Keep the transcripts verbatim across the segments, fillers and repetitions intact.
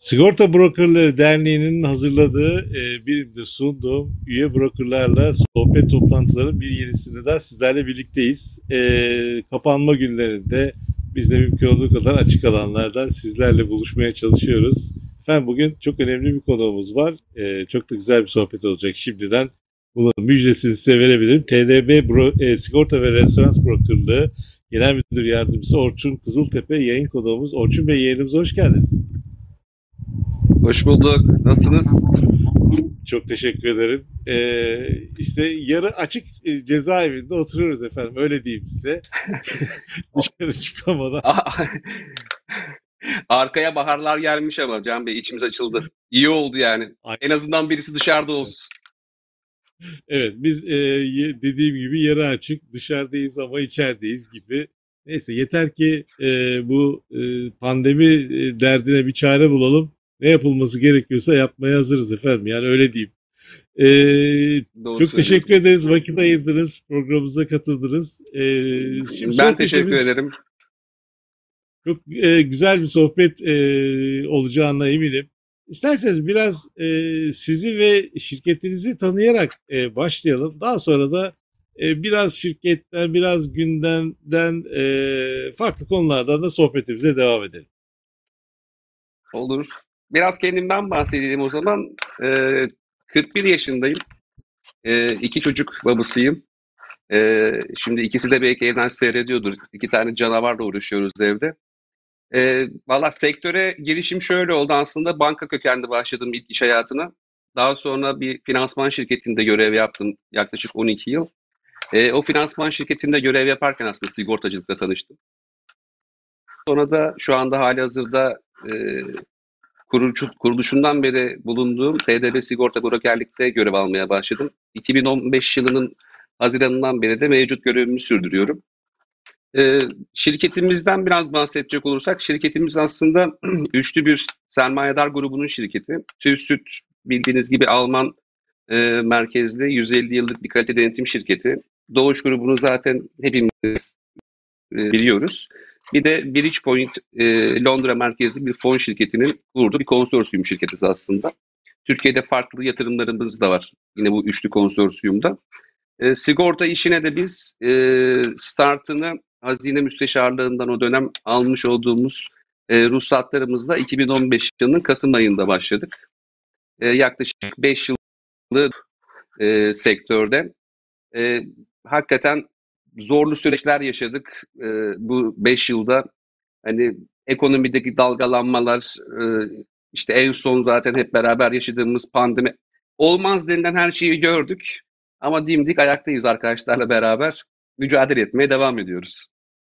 Sigorta Brokerları Derneği'nin hazırladığı, e, benim de sunduğum üye brokerlarla sohbet toplantılarının bir yenisinde daha sizlerle birlikteyiz. E, kapanma günlerinde biz de mümkün olduğu kadar açık alanlardan sizlerle buluşmaya çalışıyoruz. Efendim bugün çok önemli bir konuğumuz var. E, çok da güzel bir sohbet olacak şimdiden. Bunun müjdesini size verebilirim. T D B Bro, e, Sigorta ve Referans Brokerlığı Genel Müdür Yardımcısı Orçun Kızıltepe yayın konuğumuz. Orçun Bey, yayınımıza hoş geldiniz. Hoş bulduk. Nasılsınız? Çok teşekkür ederim. Ee, işte yarı açık e, cezaevinde oturuyoruz efendim. Öyle diyeyim size. Dışarı çıkamadan. Arkaya baharlar gelmiş ama Can Bey içimiz açıldı. İyi oldu yani. Ay- En azından birisi dışarıda olsun. Evet, biz e, ye- dediğim gibi yarı açık dışarıdayız ama içerideyiz gibi. Neyse, yeter ki e, bu e, pandemi e, derdine bir çare bulalım. Ne yapılması gerekiyorsa yapmaya hazırız efendim. Yani öyle diyeyim. Ee, Doğru Çok teşekkür söylüyorsunuz. ederiz. Vakit ayırdınız. Programımıza katıldınız. Ee, şimdi Ben teşekkür sohbetimiz ederim. çok e, güzel bir sohbet e, olacağına eminim. İsterseniz biraz e, sizi ve şirketinizi tanıyarak e, başlayalım. Daha sonra da e, biraz şirketten, biraz gündemden, e, farklı konulardan da sohbetimize devam edelim. Olur. Biraz kendimden bahsedeyim o zaman. Ee, kırk bir yaşındayım. Ee, iki çocuk babasıyım. Ee, şimdi ikisi de belki evden seyrediyordur. İki tane canavarla uğraşıyoruz evde. Ee, valla sektöre girişim şöyle oldu aslında. Banka kökenli başladım ilk iş hayatına. Daha sonra bir finansman şirketinde görev yaptım yaklaşık on iki yıl. Ee, o finansman şirketinde görev yaparken aslında sigortacılıkla tanıştım. Sonra da şu anda halihazırda e, kurucu, kuruluşundan beri bulunduğum T D B Sigorta Brokerlik'te görev almaya başladım. iki bin on beş yılının Haziran'ından beri de mevcut görevimi sürdürüyorum. Ee, şirketimizden biraz bahsedecek olursak, şirketimiz aslında üçlü bir sermayedar grubunun şirketi. TÜVSÜD bildiğiniz gibi Alman e, merkezli yüz elli yıllık bir kalite denetim şirketi. Doğuş grubunu zaten hepimiz e, biliyoruz. Bir de Bridgepoint e, Londra merkezli bir fon şirketinin kurduğu bir konsorsiyum şirketi aslında. Türkiye'de farklı yatırımlarımız da var yine bu üçlü konsorsiyumda. E, sigorta işine de biz e, startını Hazine Müsteşarlığından o dönem almış olduğumuz e, ruhsatlarımızla iki bin on beş yılının Kasım ayında başladık. E, yaklaşık beş yıllık e, sektörde. E, hakikaten zorlu süreçler yaşadık e, bu beş yılda. Hani ekonomideki dalgalanmalar, e, işte en son zaten hep beraber yaşadığımız pandemi. Olmaz denilen her şeyi gördük. Ama dimdik ayaktayız arkadaşlarla beraber. Mücadele etmeye devam ediyoruz.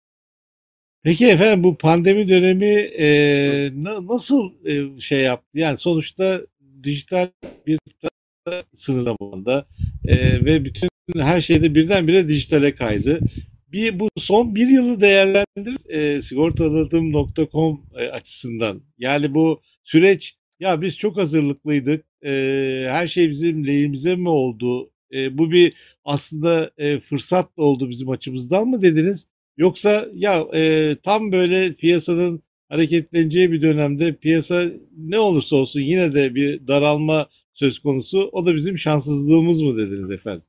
Peki efendim, bu pandemi dönemi e, na- nasıl e, şey yaptı? Yani sonuçta dijital bir sınır zamanında e, ve bütün her şeyde birdenbire dijitale kaydı. Bir bu son bir yılı değerlendir e, sigortaladım nokta com e, açısından. Yani bu süreç, ya biz çok hazırlıklıydık. E, her şey bizim lehimize mi oldu? E, bu bir aslında e, fırsat da oldu bizim açımızdan mı dediniz? Yoksa ya e, tam böyle piyasanın hareketleneceği bir dönemde piyasa ne olursa olsun yine de bir daralma söz konusu. O da bizim şanssızlığımız mı dediniz efendim?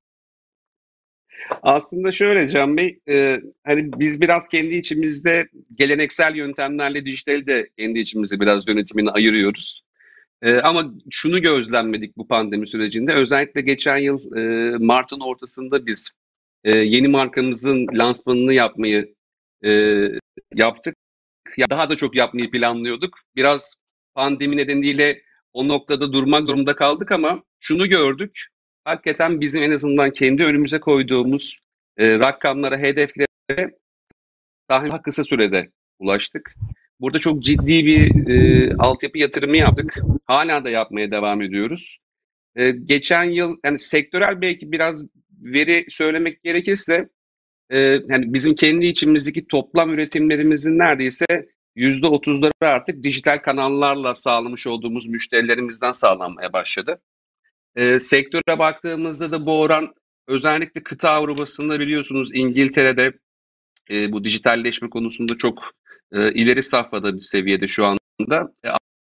Aslında şöyle Can Bey, e, hani biz biraz kendi içimizde geleneksel yöntemlerle dijitali de kendi içimizde biraz yönetimini ayırıyoruz. E, ama şunu gözlemledik bu pandemi sürecinde. Özellikle geçen yıl e, Mart'ın ortasında biz e, yeni markamızın lansmanını yapmayı e, yaptık. Ya daha da çok yapmayı planlıyorduk. Biraz pandemi nedeniyle o noktada durmak durumunda kaldık ama şunu gördük. Hakikaten bizim en azından kendi önümüze koyduğumuz e, rakamlara, hedeflere daha kısa sürede ulaştık. Burada çok ciddi bir e, altyapı yatırımı yaptık. Hala da yapmaya devam ediyoruz. E, geçen yıl yani sektörel belki biraz veri söylemek gerekirse e, yani bizim kendi içimizdeki toplam üretimlerimizin neredeyse yüzde otuzları artık dijital kanallarla sağlamış olduğumuz müşterilerimizden sağlanmaya başladı. E, sektöre baktığımızda da bu oran özellikle kıta Avrupa'sında biliyorsunuz İngiltere'de e, bu dijitalleşme konusunda çok e, ileri safhada bir seviyede şu anda. E,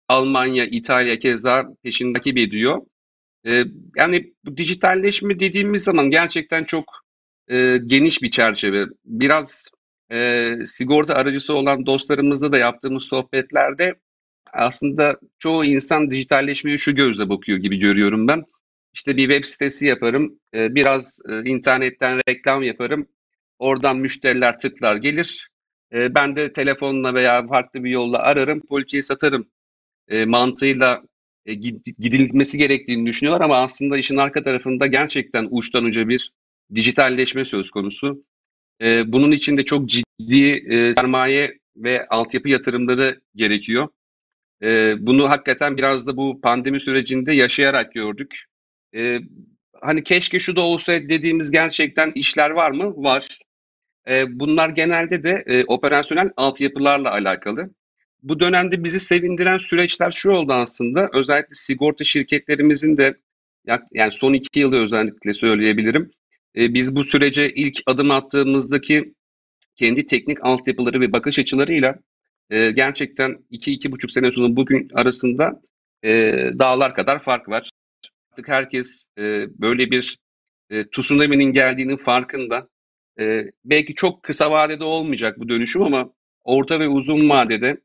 Almanya, İtalya keza peşini takip ediyor. Ee, yani bu dijitalleşme dediğimiz zaman gerçekten çok e, geniş bir çerçeve. Biraz e, sigorta aracısı olan dostlarımızla da yaptığımız sohbetlerde aslında çoğu insan dijitalleşmeye şu gözle bakıyor gibi görüyorum ben. İşte bir web sitesi yaparım, e, biraz e, internetten reklam yaparım, oradan müşteriler tıklar gelir. E, ben de telefonla veya farklı bir yolla ararım, poliçeyi satarım e, mantığıyla e, gidilmesi gerektiğini düşünüyorlar ama aslında işin arka tarafında gerçekten uçtan uca bir dijitalleşme söz konusu. E, bunun için de çok ciddi e, sermaye ve altyapı yatırımları gerekiyor. E, bunu hakikaten biraz da bu pandemi sürecinde yaşayarak gördük. E, hani keşke şu da olsa dediğimiz gerçekten işler var mı? Var. E, bunlar genelde de e, operasyonel altyapılarla alakalı. Bu dönemde bizi sevindiren süreçler şu oldu aslında. Özellikle sigorta şirketlerimizin de yani son iki yılı özellikle söyleyebilirim. E, biz bu sürece ilk adım attığımızdaki kendi teknik altyapıları ve bakış açılarıyla e, gerçekten iki iki buçuk sene sonra bugün arasında e, dağlar kadar fark var. Artık herkes e, böyle bir e, tsunami'nin geldiğinin farkında. E, belki çok kısa vadede olmayacak bu dönüşüm ama orta ve uzun vadede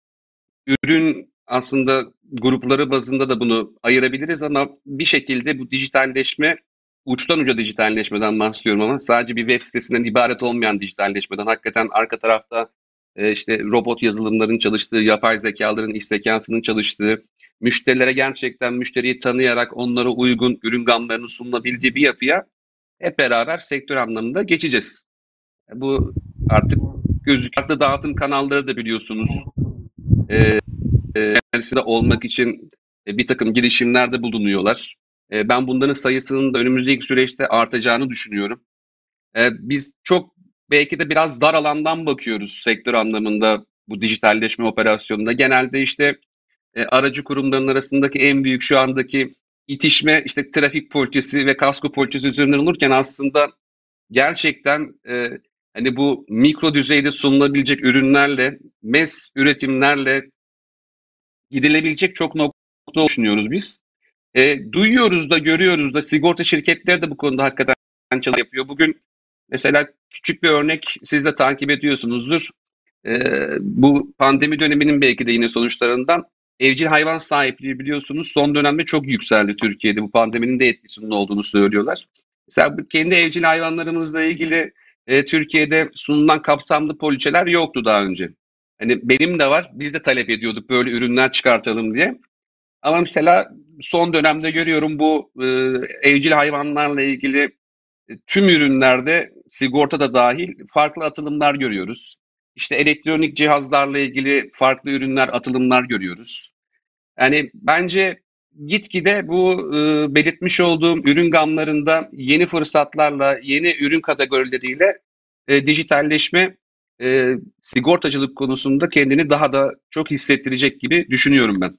ürün aslında grupları bazında da bunu ayırabiliriz ama bir şekilde bu dijitalleşme uçtan uca dijitalleşmeden bahsediyorum ama sadece bir web sitesinden ibaret olmayan dijitalleşmeden hakikaten arka tarafta e, işte robot yazılımların çalıştığı, yapay zekaların iş zekasının çalıştığı, müşterilere gerçekten müşteriyi tanıyarak onlara uygun ürün gamlarını sunulabildiği bir yapıya hep beraber sektör anlamında geçeceğiz. Bu artık gözü farklı dağıtım kanalları da biliyorsunuz. E, içerisinde olmak için e, bir takım girişimlerde bulunuyorlar. E, ben bunların sayısının da önümüzdeki süreçte artacağını düşünüyorum. E, biz çok belki de biraz dar alandan bakıyoruz sektör anlamında bu dijitalleşme operasyonunda. Genelde işte e, aracı kurumların arasındaki en büyük şu andaki itişme işte trafik poliçesi ve kasko poliçesi üzerinden olurken aslında gerçekten e, hani bu mikro düzeyde sunulabilecek ürünlerle, mes üretimlerle gidilebilecek çok nokta düşünüyoruz biz. E, duyuyoruz da görüyoruz da sigorta şirketleri de bu konuda hakikaten çalışma yapıyor. Bugün mesela küçük bir örnek siz de takip ediyorsunuzdur. E, bu pandemi döneminin belki de yine sonuçlarından evcil hayvan sahipliği biliyorsunuz son dönemde çok yükseldi Türkiye'de. Bu pandeminin de etkisinin olduğunu söylüyorlar. Mesela kendi evcil hayvanlarımızla ilgili e, Türkiye'de sunulan kapsamlı poliçeler yoktu daha önce. Hani benim de var. Biz de talep ediyorduk böyle ürünler çıkartalım diye. Ama mesela son dönemde görüyorum bu e, evcil hayvanlarla ilgili e, tüm ürünlerde sigorta da dahil farklı atılımlar görüyoruz. İşte elektronik cihazlarla ilgili farklı ürünler, atılımlar görüyoruz. Yani bence gitgide bu e, belirtmiş olduğum ürün gamlarında yeni fırsatlarla, yeni ürün kategorileriyle e, dijitalleşme e, sigortacılık konusunda kendini daha da çok hissettirecek gibi düşünüyorum ben.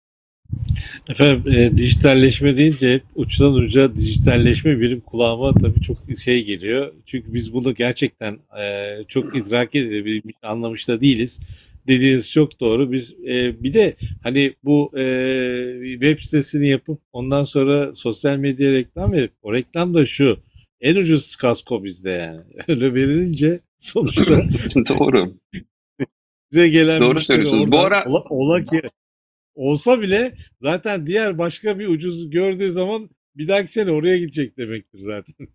Efendim e, dijitalleşme deyince hep uçtan uca dijitalleşme benim kulağıma tabii çok şey geliyor. Çünkü biz bunu gerçekten e, çok idrak edebilmiş, anlamış da değiliz. Dediğiniz çok doğru. Biz e, bir de hani bu e, web sitesini yapıp ondan sonra sosyal medyaya reklam verip o reklam da şu en ucuz kasko bizde yani. Öyle verilince sonuçta Doğru. bize gelen Doğru müşteri söylüyorsunuz. Bu oradan ara ola, ola ki olsa bile zaten diğer başka bir ucuz gördüğü zaman bir dahaki sene oraya gidecek demektir zaten.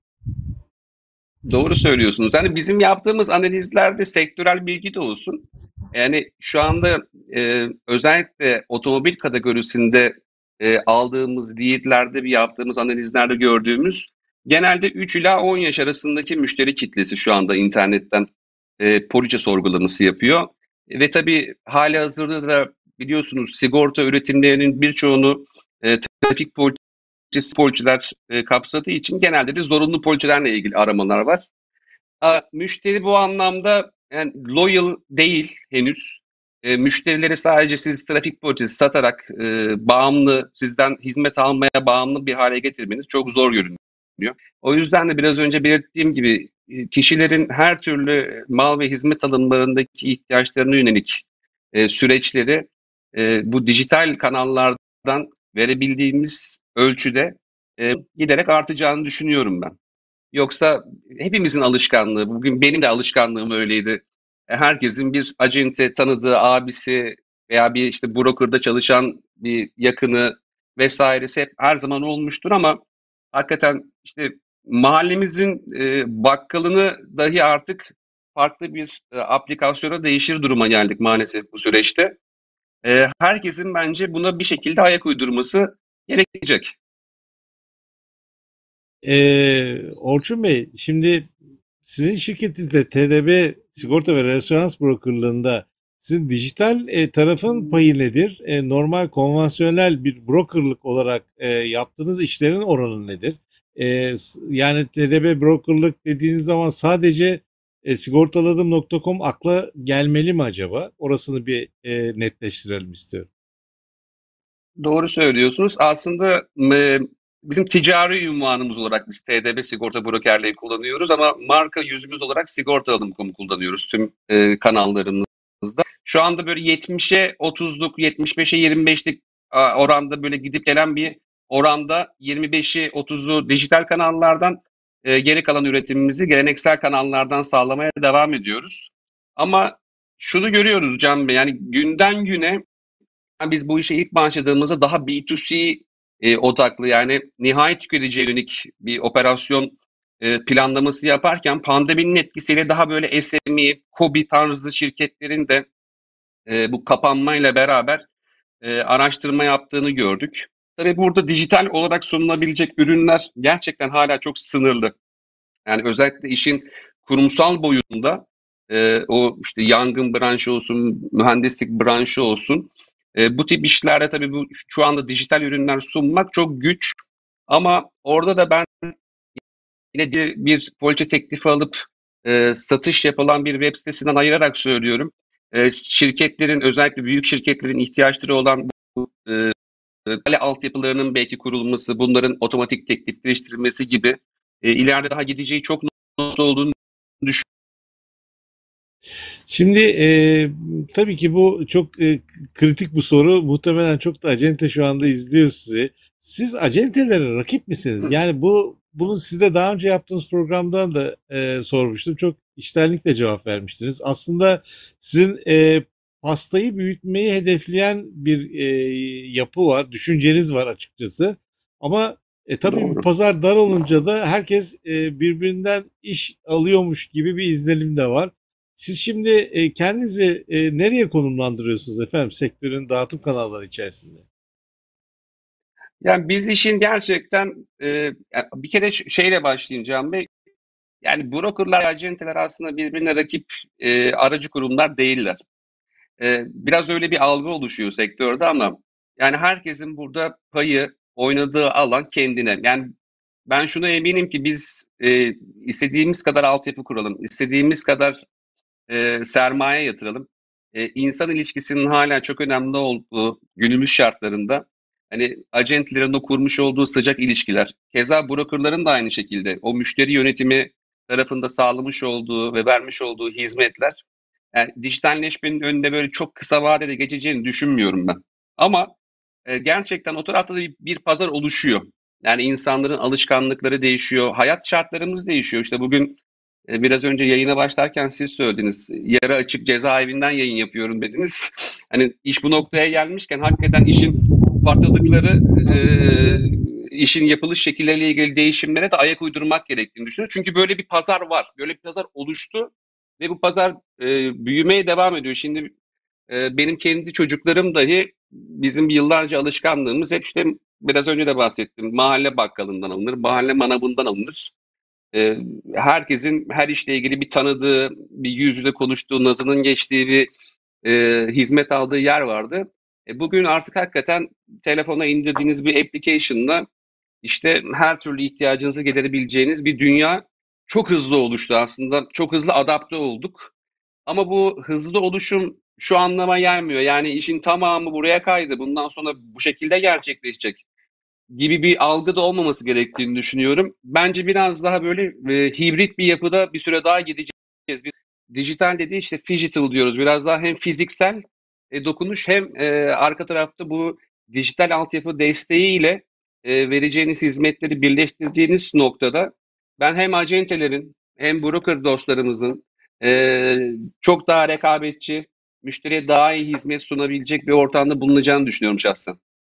doğru söylüyorsunuz. Yani bizim yaptığımız analizlerde sektörel bilgi de olsun. Yani şu anda e, özellikle otomobil kategorisinde e, aldığımız leadlerde bir yaptığımız analizlerde gördüğümüz genelde üç ila on yaş arasındaki müşteri kitlesi şu anda internetten e, poliçe sorgulaması yapıyor. E, ve tabii hali hazırda da biliyorsunuz sigorta üretimlerinin birçoğunu e, trafik poliçesi poliçeler e, kapsadığı için genelde de zorunlu poliçelerle ilgili aramalar var. A, müşteri bu anlamda yani loyal değil henüz. E, müşterileri sadece siz trafik poliçesi satarak e, bağımlı, sizden hizmet almaya bağımlı bir hale getirmeniz çok zor görünüyor. O yüzden de biraz önce belirttiğim gibi e, kişilerin her türlü mal ve hizmet alımlarındaki ihtiyaçlarına yönelik e, süreçleri e, bu dijital kanallardan verebildiğimiz ölçüde e, giderek artacağını düşünüyorum ben. Yoksa hepimizin alışkanlığı, bugün benim de alışkanlığım öyleydi. E, Herkesin bir acente tanıdığı abisi veya bir işte broker'da çalışan bir yakını vesairesi hep her zaman olmuştur ama hakikaten işte mahallemizin e, bakkalını dahi artık farklı bir e, aplikasyona değişir duruma geldik maalesef bu süreçte. E, herkesin bence buna bir şekilde ayak uydurması gerekecek. Ee, Orçun Bey, şimdi sizin şirketinizde T D B Sigorta ve Referans Brokerlığında sizin dijital e, tarafın payı nedir? E, normal konvansiyonel bir brokerlık olarak e, yaptığınız işlerin oranı nedir? E, s- yani T D B brokerlık dediğiniz zaman sadece e, sigortaladım nokta com akla gelmeli mi acaba? Orasını bir e, netleştirelim istiyorum. Doğru söylüyorsunuz. Aslında e, bizim ticari unvanımız olarak biz T D B Sigorta Brokerliği kullanıyoruz ama marka yüzümüz olarak sigorta alım nokta com'u kullanıyoruz tüm e, kanallarımızda. Şu anda böyle yetmişe otuzluk, yetmiş beşe yirmi beşlik a, oranda böyle gidip gelen bir oranda yirmi beşi otuzu dijital kanallardan e, geri kalan üretimimizi geleneksel kanallardan sağlamaya devam ediyoruz. Ama şunu görüyoruz Can Bey, yani günden güne biz bu işe ilk başladığımızda daha B iki C e, odaklı, yani nihai tüketiciye yönelik bir operasyon e, planlaması yaparken pandeminin etkisiyle daha böyle S M E, KOBİ tarzı şirketlerin de e, bu kapanmayla beraber e, araştırma yaptığını gördük. Tabii burada dijital olarak sunulabilecek ürünler gerçekten hala çok sınırlı. Yani özellikle işin kurumsal boyutunda e, o işte yangın branşı olsun, mühendislik branşı olsun. E, bu tip işlerde tabii bu şu anda dijital ürünler sunmak çok güç. Ama orada da ben yine bir, bir poliçe teklifi alıp e, satış yapılan bir web sitesinden ayırarak söylüyorum. E, şirketlerin, özellikle büyük şirketlerin ihtiyaçları olan bu e, kale altyapılarının belki kurulması, bunların otomatik teklifleştirilmesi gibi e, ileride daha gideceği çok nokta olduğunu düşünüyorum. Şimdi e, tabii ki bu çok e, kritik bu soru. Muhtemelen çok da acente şu anda izliyor sizi. Siz acentelere rakip misiniz? Yani bu bunu size daha önce yaptığınız programdan da e, sormuştum. Çok içtenlikle cevap vermiştiniz. Aslında sizin e, pastayı büyütmeyi hedefleyen bir e, yapı var, düşünceniz var açıkçası. Ama e, tabii bir Doğru. pazar dar olunca da herkes e, birbirinden iş alıyormuş gibi bir izlenim de var. Siz şimdi e, kendinizi e, nereye konumlandırıyorsunuz efendim sektörün dağıtım kanalları içerisinde? Yani biz işin gerçekten e, yani bir kere ş- şeyle başlayacağım Bey. Yani brokerlar, acenteler aslında birbirine rakip e, aracı kurumlar değiller. E, biraz öyle bir algı oluşuyor sektörde ama yani herkesin burada payı, oynadığı alan kendine. Yani ben şuna eminim ki biz e, istediğimiz kadar altyapı kuralım, istediğimiz kadar e, sermaye yatıralım. E, insan ilişkisinin hala çok önemli olduğu günümüz şartlarında hani acentlerin o kurmuş olduğu sıcak ilişkiler, keza brokerların da aynı şekilde o müşteri yönetimi tarafında sağlamış olduğu ve vermiş olduğu hizmetler, yani dijitalleşmenin önünde böyle çok kısa vadede geçeceğini düşünmüyorum ben. Ama e, gerçekten o tarafta da bir, bir pazar oluşuyor. Yani insanların alışkanlıkları değişiyor, hayat şartlarımız değişiyor. İşte bugün e, biraz önce yayına başlarken siz söylediniz. Yarı açık cezaevinden yayın yapıyorum dediniz. Hani iş bu noktaya gelmişken hakikaten işin farklılıkları, e, işin yapılış şekilleriyle ilgili değişimlere de ayak uydurmak gerektiğini düşünüyorum. Çünkü böyle bir pazar var. Böyle bir pazar oluştu ve bu pazar e, büyümeye devam ediyor. Şimdi e, benim kendi çocuklarım dahi bizim yıllarca alışkanlığımız hep işte biraz önce de bahsettim. Mahalle bakkalından alınır, mahalle manavından alınır. E, Herkesin her işle ilgili bir tanıdığı, bir yüz yüze konuştuğu, nazının geçtiği bir e, hizmet aldığı yer vardı. E, bugün artık hakikaten telefona indirdiğiniz bir application'la işte her türlü ihtiyacınızı giderebileceğiniz bir dünya çok hızlı oluştu aslında. Çok hızlı adapte olduk. Ama bu hızlı oluşum şu anlama gelmiyor. Yani işin tamamı buraya kaydı. Bundan sonra bu şekilde gerçekleşecek gibi bir algı da olmaması gerektiğini düşünüyorum. Bence biraz daha böyle e, hibrit bir yapıda bir süre daha gideceğiz. Biz dijital dediği işte phygital diyoruz. Biraz daha hem fiziksel e, dokunuş hem e, arka tarafta bu dijital altyapı desteğiyle e, vereceğiniz hizmetleri birleştirdiğiniz noktada ben hem acentelerin hem broker dostlarımızın e, çok daha rekabetçi, müşteriye daha iyi hizmet sunabilecek bir ortamda bulunacağını düşünüyorum şahsen.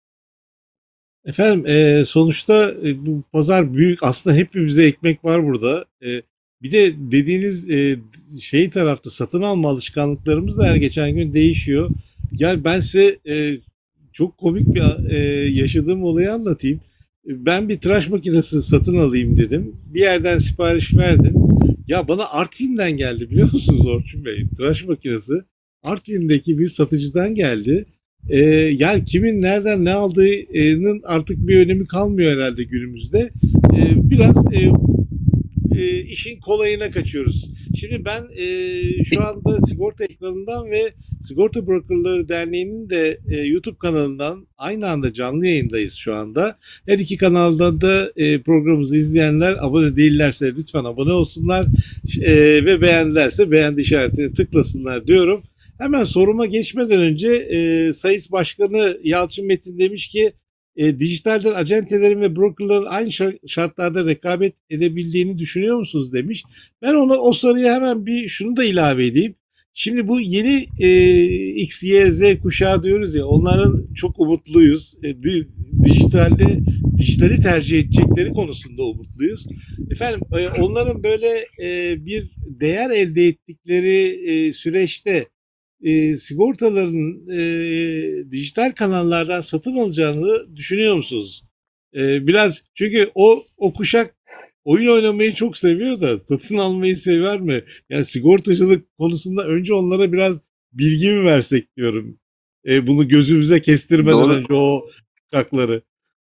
Efendim e, sonuçta e, bu pazar büyük. Aslında hepimize ekmek var burada. E, bir de dediğiniz e, şey tarafta satın alma alışkanlıklarımız da her geçen gün değişiyor. Yani ben size e, çok komik bir e, yaşadığım olayı anlatayım. E, Ben bir tıraş makinesi satın alayım dedim. Bir yerden sipariş verdim. Ya bana Artvin'den geldi, biliyor musunuz Orçun Bey? Tıraş makinesi Artvin'deki bir satıcıdan geldi. Ee, yani kimin nereden ne aldığının artık bir önemi kalmıyor herhalde günümüzde. Ee, biraz e, e, işin kolayına kaçıyoruz. Şimdi ben e, şu anda sigorta ekranından ve Sigorta Brokerları Derneği'nin de e, YouTube kanalından aynı anda canlı yayındayız şu anda. Her iki kanalda da e, programımızı izleyenler abone değillerse lütfen abone olsunlar e, ve beğendilerse beğendi işaretini tıklasınlar diyorum. Hemen soruma geçmeden önce e, Sayıs Başkanı Yalçın Metin demiş ki e, dijitalden acentelerin ve brokerların aynı şartlarda rekabet edebildiğini düşünüyor musunuz demiş. Ben ona o soruya hemen bir şunu da ilave edeyim. Şimdi bu yeni e, X, Y, Z kuşağı diyoruz ya, onların çok umutluyuz. E, di, dijitalde dijitali tercih edecekleri konusunda umutluyuz. Efendim e, onların böyle e, bir değer elde ettikleri e, süreçte e, sigortaların e, dijital kanallardan satın alacağını düşünüyor musunuz? E, biraz çünkü o o kuşak oyun oynamayı çok seviyor da satın almayı sever mi? Yani sigortacılık konusunda önce onlara biraz bilgi mi versek diyorum. E, bunu gözümüze kestirmeden Doğru. önce o kuşakları.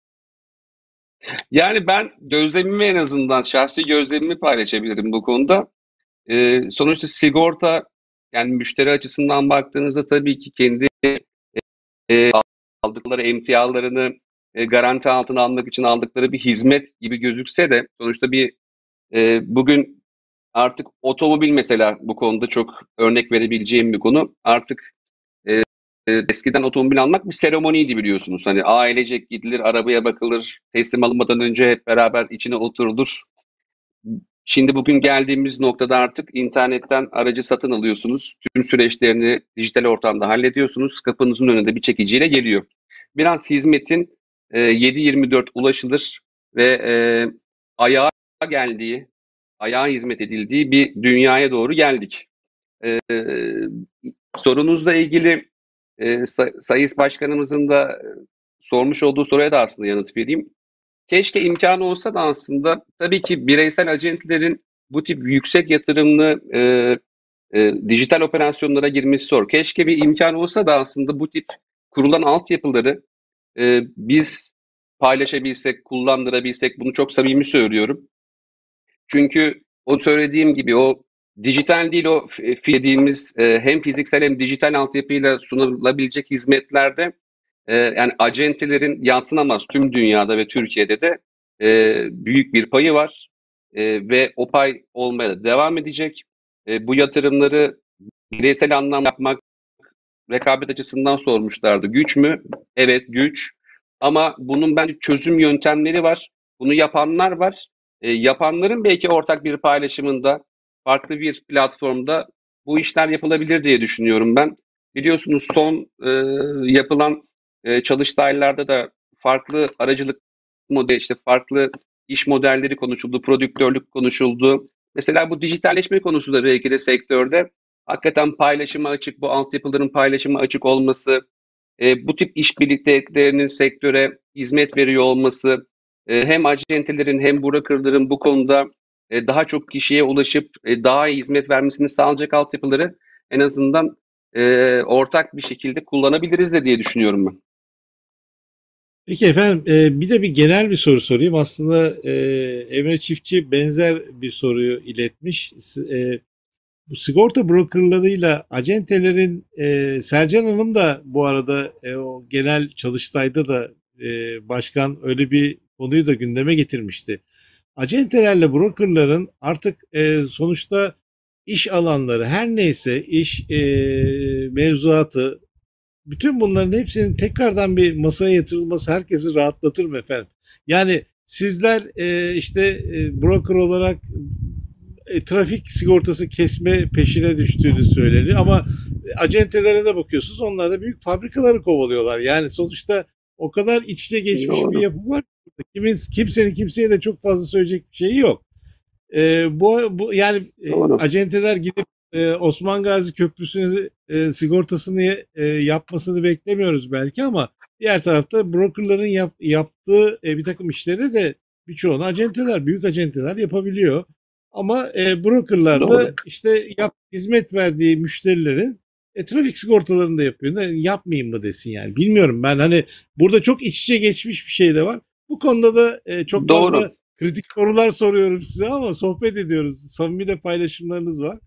Yani ben gözlemimi en azından şahsi gözlemimi paylaşabilirim bu konuda. Ee, sonuçta sigorta yani müşteri açısından baktığınızda tabii ki kendi e, aldıkları emtialarını e, garanti altına almak için aldıkları bir hizmet gibi gözükse de sonuçta bir e, bugün artık otomobil mesela bu konuda çok örnek verebileceğim bir konu. Artık e, e, eskiden otomobil almak bir seremoniydi biliyorsunuz. Hani ailecek gidilir, arabaya bakılır, teslim alınmadan önce hep beraber içine oturulur. Şimdi bugün geldiğimiz noktada artık internetten aracı satın alıyorsunuz. Tüm süreçlerini dijital ortamda hallediyorsunuz. Kapınızın önünde bir çekiciyle geliyor. Biraz hizmetin e, yedi yirmi dört ulaşılır ve e, ayağa geldiği, ayağa hizmet edildiği bir dünyaya doğru geldik. E, sorunuzla ilgili e, Sayın Başkanımızın da e, sormuş olduğu soruya da aslında yanıt vereyim. Keşke imkanı olsa da aslında tabii ki bireysel acentlerin bu tip yüksek yatırımlı e, e, dijital operasyonlara girmesi zor. Keşke bir imkan olsa da aslında bu tip kurulan altyapıları e, biz paylaşabilsek, kullandırabilsek, bunu çok samimi söylüyorum. Çünkü o söylediğim gibi o dijital değil o dediğimiz e, hem fiziksel hem dijital altyapıyla sunulabilecek hizmetlerde e, yani acentelerin yadsınamaz tüm dünyada ve Türkiye'de de e, büyük bir payı var. E, ve o pay olmaya da devam edecek. E, bu yatırımları bireysel anlamda yapmak rekabet açısından sormuşlardı. Güç mü? Evet, güç. Ama bunun bence çözüm yöntemleri var. Bunu yapanlar var. E, yapanların belki ortak bir paylaşımında, farklı bir platformda bu işler yapılabilir diye düşünüyorum ben. Biliyorsunuz son e, yapılan e, çalıştaylarda da farklı aracılık modeli, işte farklı iş modelleri konuşuldu, prodüktörlük konuşuldu. Mesela bu dijitalleşme konusu da belki de sektörde hakikaten paylaşıma açık, bu altyapıların paylaşıma açık olması, e, bu tip işbirlikteliklerinin sektöre hizmet veriyor olması, e, hem acentelerin hem brokerların bu konuda e, daha çok kişiye ulaşıp e, daha iyi hizmet vermesini sağlayacak altyapıları en azından e, ortak bir şekilde kullanabiliriz de diye düşünüyorum ben. Peki efendim, e, bir de bir genel bir soru sorayım. Aslında e, Emre Çiftçi benzer bir soruyu iletmiş. S- e, Bu sigorta brokerlarıyla acentelerin e, Selcan Hanım da bu arada e, o genel çalıştayda da e, başkan öyle bir konuyu da gündeme getirmişti. Acentelerle brokerların artık e, sonuçta iş alanları her neyse iş e, mevzuatı bütün bunların hepsinin tekrardan bir masaya yatırılması herkesi rahatlatır mı efendim? Yani sizler e, işte e, broker olarak e, trafik sigortası kesme peşine düştüğünü söyleniyor ama acentelere de bakıyorsunuz, onlar da büyük fabrikaları kovalıyorlar. Yani sonuçta o kadar iç içe geçmiş bir Doğru. yapı var. Kimin, kimsenin kimseye de çok fazla söyleyecek bir şeyi yok. E, bu, bu yani e, Doğru. acenteler gidip e, Osman Gazi Köprüsü'nü e, sigortasını e, yapmasını beklemiyoruz belki ama diğer tarafta brokerların yap, yaptığı e, bir takım işleri de birçoğunu acenteler, büyük acenteler yapabiliyor. Ama e, brokerlar Doğru. da işte yap, hizmet verdiği müşterilerin e, trafik sigortalarını da yapıyor. Ne, yapmayayım mı desin yani. Bilmiyorum, ben hani burada çok iç içe geçmiş bir şey de var. Bu konuda da e, çok fazla Doğru. kritik sorular soruyorum size ama sohbet ediyoruz. Samimi de paylaşımlarınız var.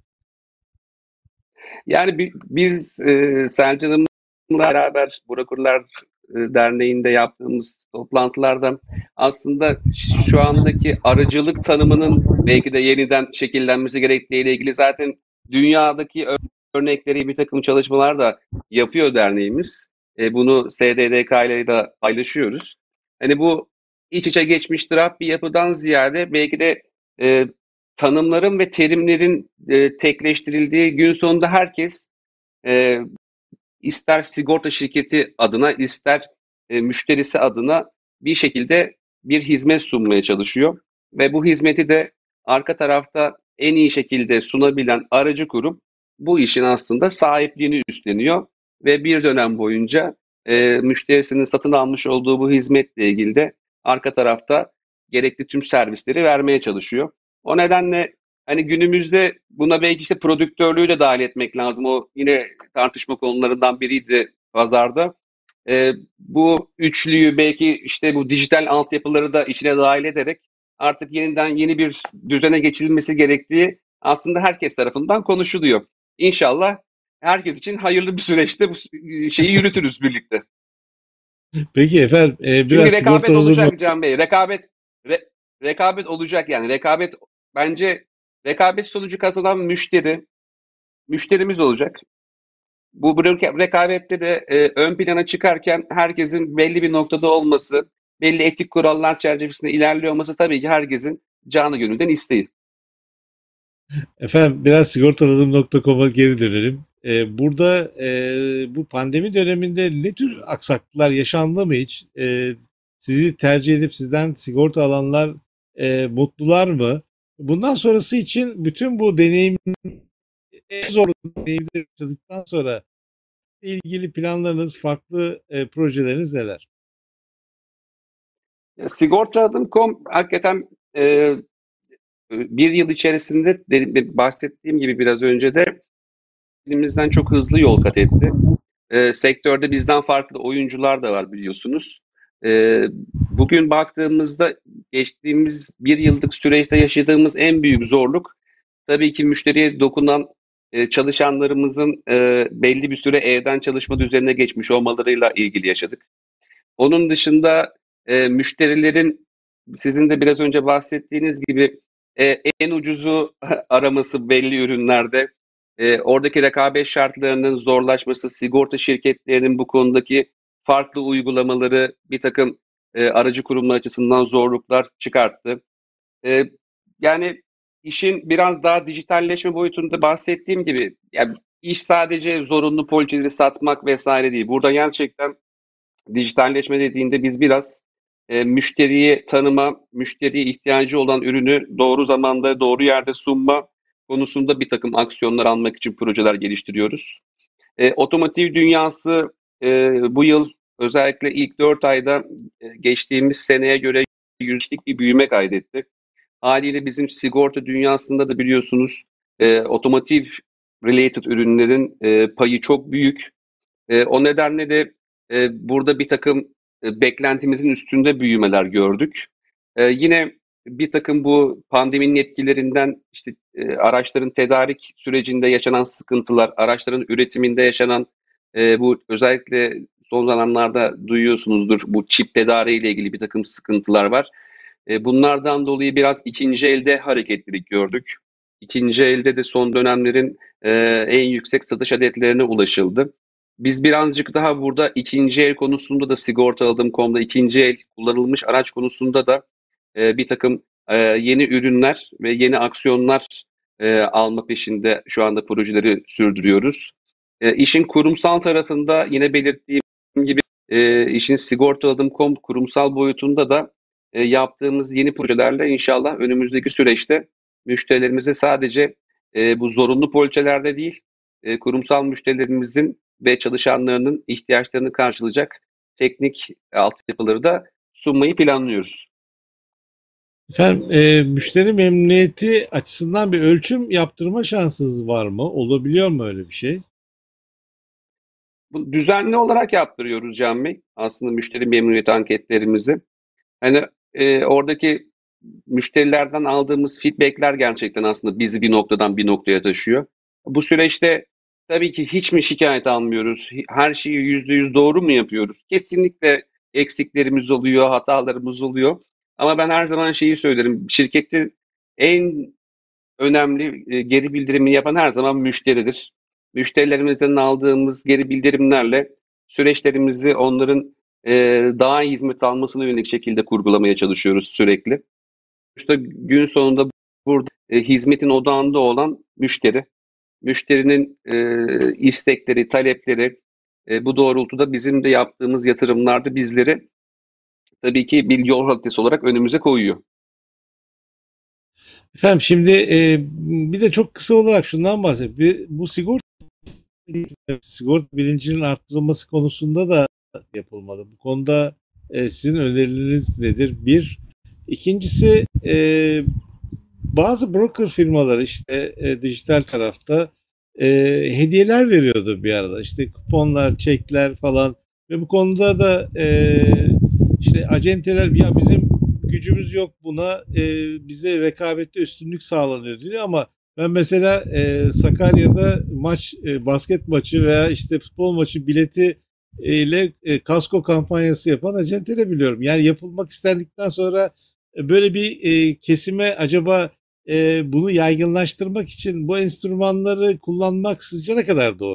Yani bi- biz e, Selcan'ımla beraber Brokerlar e, Derneği'nde yaptığımız toplantılardan aslında ş- şu andaki aracılık tanımının belki de yeniden şekillenmesi gerektiğiyle ilgili zaten dünyadaki ör- örnekleri bir takım çalışmalar da yapıyor derneğimiz. E, bunu S D D K ile de paylaşıyoruz. Hani bu iç içe geçmiş draft bir yapıdan ziyade belki de e, tanımların ve terimlerin e, tekleştirildiği gün sonunda herkes e, ister sigorta şirketi adına ister e, müşterisi adına bir şekilde bir hizmet sunmaya çalışıyor. Ve bu hizmeti de arka tarafta en iyi şekilde sunabilen aracı kurum bu işin aslında sahipliğini üstleniyor. Ve bir dönem boyunca e, müşterisinin satın almış olduğu bu hizmetle ilgili de arka tarafta gerekli tüm servisleri vermeye çalışıyor. O nedenle hani günümüzde buna belki işte prodüktörlüğü de dahil etmek lazım. O yine tartışma konularından biriydi pazarda. E, bu üçlüyü belki işte bu dijital altyapıları da içine dahil ederek artık yeniden yeni bir düzene geçirilmesi gerektiği aslında herkes tarafından konuşuluyor. İnşallah herkes için hayırlı bir süreçte bu şeyi yürütürüz birlikte. Peki efendim, e, Çünkü biraz rekabet sigortalılığım olacak Can Bey. Rekabet re- rekabet olacak yani. Rekabet bence rekabet sonucu kazanan müşteri müşterimiz olacak. Bu bırak- rekabette de e, ön plana çıkarken herkesin belli bir noktada olması, belli etik kurallar çerçevesinde ilerliyor olması tabii ki herkesin canı gönülden isteği. efendim biraz sigortalılığım nokta com'a geri dönelim. E, burada e, bu pandemi döneminde ne tür aksaklıklar yaşandı mı hiç? E, sizi tercih edip sizden sigorta alanlar e, mutlular mı? Bundan sonrası için bütün bu deneyim, en zorlu deneyimleri yaşadıktan sonra ilgili planlarınız, farklı e, projeleriniz neler? Sigorta nokta com hakikaten e, bir yıl içerisinde de, bahsettiğim gibi biraz önce de elimizden çok hızlı yol kat etti. E, sektörde bizden farklı oyuncular da var biliyorsunuz. E, bugün baktığımızda geçtiğimiz bir yıllık süreçte yaşadığımız en büyük zorluk tabii ki müşteriye dokunan e, çalışanlarımızın e, belli bir süre evden çalışma düzenine geçmiş olmalarıyla ilgili yaşadık. Onun dışında e, müşterilerin sizin de biraz önce bahsettiğiniz gibi e, en ucuzu araması belli ürünlerde, e, oradaki rekabet şartlarının zorlaşması, sigorta şirketlerinin bu konudaki farklı uygulamaları bir takım e, aracı kurumlar açısından zorluklar çıkarttı. E, yani işin biraz daha dijitalleşme boyutunda bahsettiğim gibi yani iş sadece zorunlu poliçeleri satmak vesaire değil. Burada gerçekten dijitalleşme dediğinde biz biraz e, müşteriyi tanıma, müşteriye ihtiyacı olan ürünü doğru zamanda, doğru yerde sunma konusunda bir takım aksiyonlar almak için projeler geliştiriyoruz. E, otomotiv dünyası e, bu yıl özellikle ilk dört ayda e, geçtiğimiz seneye göre yüzdelik bir büyüme kaydetti. Haliyle bizim sigorta dünyasında da biliyorsunuz e, otomotiv related ürünlerin e, payı çok büyük. E, o nedenle de e, burada bir takım e, beklentimizin üstünde büyümeler gördük. E, yine bir takım bu pandeminin etkilerinden işte e, araçların tedarik sürecinde yaşanan sıkıntılar, araçların üretiminde yaşanan e, bu özellikle son zamanlarda duyuyorsunuzdur bu çip tedariği ile ilgili bir takım sıkıntılar var. E, bunlardan dolayı biraz ikinci elde hareketlilik gördük. İkinci elde de son dönemlerin e, en yüksek satış adetlerine ulaşıldı. Biz birazcık daha burada ikinci el konusunda da sigorta aldım nokta com'da ikinci el kullanılmış araç konusunda da e, bir takım e, yeni ürünler ve yeni aksiyonlar e, alma peşinde şu anda projeleri sürdürüyoruz. E, işin kurumsal tarafında yine belirttiğim gibi e, işin sigorta aldım nokta com kurumsal boyutunda da e, yaptığımız yeni projelerle inşallah önümüzdeki süreçte müşterilerimize sadece e, bu zorunlu poliçelerde değil, e, kurumsal müşterilerimizin ve çalışanlarının ihtiyaçlarını karşılayacak teknik altyapıları da sunmayı planlıyoruz. Efendim, e, müşteri memnuniyeti açısından bir ölçüm yaptırma şansınız var mı? Olabiliyor mu öyle bir şey? Bu düzenli olarak yaptırıyoruz Can Bey. Aslında müşteri memnuniyet anketlerimizi. Hani e, oradaki müşterilerden aldığımız feedbackler gerçekten aslında bizi bir noktadan bir noktaya taşıyor. Bu süreçte tabii ki hiç mi şikayet almıyoruz? Her şeyi yüzde yüz doğru mu yapıyoruz? Kesinlikle eksiklerimiz oluyor, hatalarımız oluyor. Ama ben her zaman şeyi söylerim. Şirkette en önemli e, geri bildirimi yapan her zaman müşteridir. Müşterilerimizden aldığımız geri bildirimlerle süreçlerimizi onların e, daha iyi hizmet almasına yönelik şekilde kurgulamaya çalışıyoruz sürekli. İşte gün sonunda burada e, hizmetin odağında olan müşteri. Müşterinin e, istekleri, talepleri e, bu doğrultuda bizim de yaptığımız yatırımlarda bizleri tabii ki bir yol haritası olarak önümüze koyuyor. Efendim şimdi e, bir de çok kısa olarak şundan bahsedeyim. Bir- Bu sigorta sigorta bilincinin arttırılması konusunda da yapılmalı. Bu konuda e, sizin önerileriniz nedir? Bir. İkincisi, e, bazı broker firmaları işte e, dijital tarafta e, hediyeler veriyordu bir arada. İşte kuponlar, çekler falan ve bu konuda da e, işte acenteler ya bizim gücümüz yok buna e, bize rekabette üstünlük sağlanıyor diyor ama ben mesela e, Sakarya'da maç e, basket maçı veya işte futbol maçı bileti ile e, kasko kampanyası yapan acente de biliyorum. Yani yapılmak istendikten sonra e, böyle bir e, kesime acaba e, bunu yaygınlaştırmak için bu enstrümanları kullanmak sizce ne kadar doğru?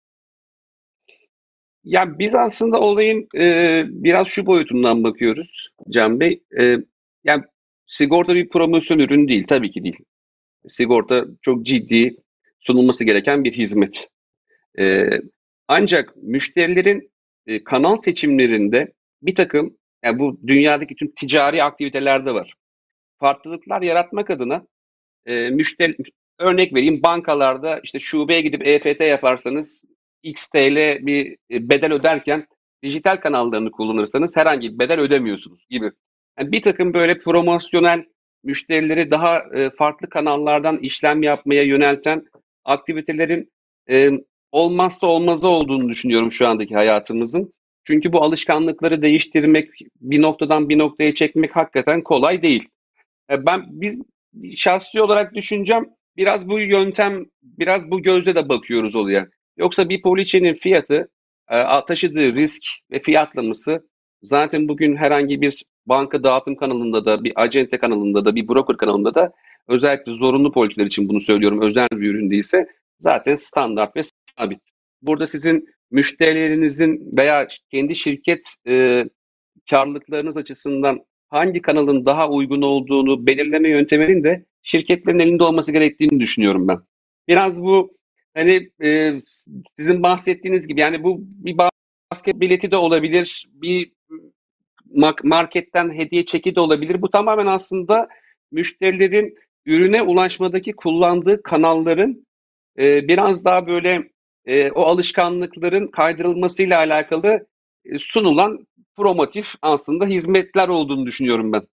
Ya biz aslında olayın e, biraz şu boyutundan bakıyoruz Can Bey. E, yani sigorta bir promosyon ürünü değil, tabii ki değil. Sigorta çok ciddi sunulması gereken bir hizmet. E, ancak müşterilerin e, kanal seçimlerinde bir takım, yani bu dünyadaki tüm ticari aktivitelerde var. Farklılıklar yaratmak adına e, müşteri örnek vereyim, bankalarda işte şubeye gidip E F T yaparsanız X T L bir e, bedel öderken dijital kanallarını kullanırsanız herhangi bir bedel ödemiyorsunuz gibi. Yani bir takım böyle promosyonel müşterileri daha e, farklı kanallardan işlem yapmaya yönelten aktivitelerin e, olmazsa olmazı olduğunu düşünüyorum şu andaki hayatımızın. Çünkü bu alışkanlıkları değiştirmek, bir noktadan bir noktaya çekmek hakikaten kolay değil. E, Ben biz şahsi olarak düşüneceğim, biraz bu yöntem, biraz bu gözle de bakıyoruz olaya. Yoksa bir poliçenin fiyatı, e, taşıdığı risk ve fiyatlaması zaten bugün herhangi bir banka dağıtım kanalında da, bir acente kanalında da, bir broker kanalında da, özellikle zorunlu poliçeler için bunu söylüyorum, özel bir ürün değilse zaten standart ve sabit. Burada sizin müşterilerinizin veya kendi şirket e, karlılıklarınız açısından hangi kanalın daha uygun olduğunu belirleme yönteminin de şirketlerin elinde olması gerektiğini düşünüyorum ben. Biraz bu, hani e, sizin bahsettiğiniz gibi, yani bu bir basket bileti de olabilir, bir marketten hediye çeki de olabilir. Bu tamamen aslında müşterilerin ürüne ulaşmadaki kullandığı kanalların e, biraz daha böyle e, o alışkanlıkların kaydırılmasıyla alakalı e, sunulan promotif aslında hizmetler olduğunu düşünüyorum ben.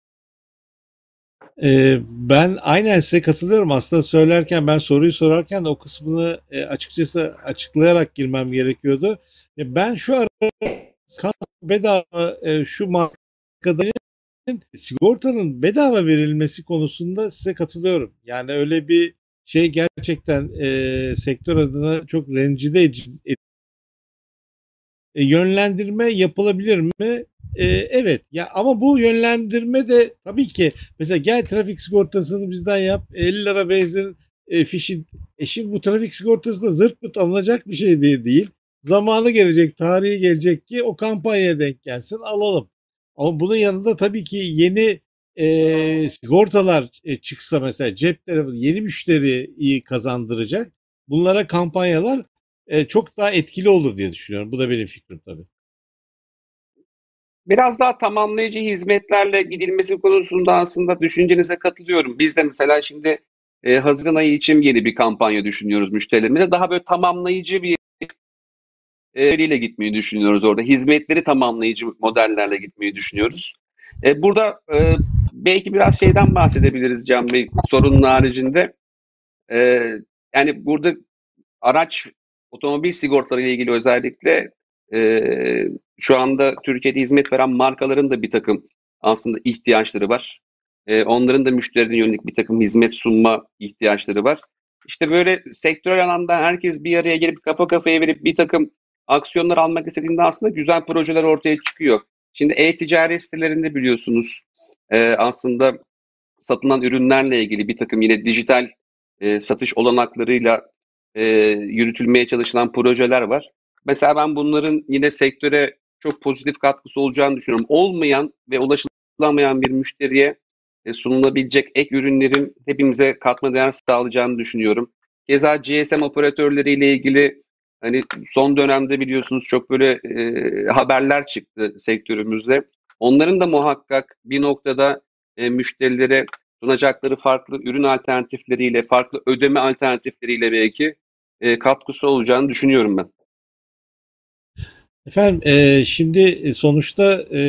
E, ben aynen size katılıyorum. Aslında söylerken ben soruyu sorarken de o kısmını e, açıkçası açıklayarak girmem gerekiyordu. E, ben şu ara bedava e, şu markaların sigortanın bedava verilmesi konusunda size katılıyorum. Yani öyle bir şey gerçekten e, sektör adına çok rencide edici. E, yönlendirme yapılabilir mi? E, evet. Ya ama bu yönlendirme de tabii ki mesela gel trafik sigortasını bizden yap. elli lira benzin e, fişi. E şimdi bu trafik sigortası da zırt pırt alınacak bir şey değil. değil. Zamanı gelecek, tarihi gelecek ki o kampanyaya denk gelsin, alalım. Ama bunun yanında tabii ki yeni e, sigortalar e, çıksa mesela cep telefonu yeni müşteriyi kazandıracak. Bunlara kampanyalar e, çok daha etkili olur diye düşünüyorum. Bu da benim fikrim tabii. Biraz daha tamamlayıcı hizmetlerle gidilmesi konusunda aslında düşüncenize katılıyorum. Biz de mesela şimdi e, Haziran ayı için yeni bir kampanya düşünüyoruz müşterilerimize. Daha böyle tamamlayıcı bir e, ile gitmeyi düşünüyoruz orada. Hizmetleri tamamlayıcı modellerle gitmeyi düşünüyoruz. E, burada e, belki biraz şeyden bahsedebiliriz Can Bey, sorunun haricinde. E, Yani burada araç, otomobil sigortaları ile ilgili özellikle e, şu anda Türkiye'de hizmet veren markaların da bir takım aslında ihtiyaçları var. E, onların da müşterine yönelik bir takım hizmet sunma ihtiyaçları var. İşte böyle sektörel alanda herkes bir araya gelip kafa kafaya verip bir takım aksiyonlar almak istediğinde aslında güzel projeler ortaya çıkıyor. Şimdi e-ticaret sitelerinde biliyorsunuz e, aslında satılan ürünlerle ilgili bir takım yine dijital e, satış olanaklarıyla e, yürütülmeye çalışılan projeler var. Mesela ben bunların yine sektöre çok pozitif katkısı olacağını düşünüyorum. Olmayan ve ulaşılamayan bir müşteriye e, sunulabilecek ek ürünlerin hepimize katma değer sağlayacağını düşünüyorum. Keza G S M operatörleriyle ilgili hani son dönemde biliyorsunuz çok böyle e, haberler çıktı sektörümüzde. Onların da muhakkak bir noktada e, müşterilere sunacakları farklı ürün alternatifleriyle, farklı ödeme alternatifleriyle belki e, katkısı olacağını düşünüyorum ben. Efendim e, şimdi e, sonuçta e,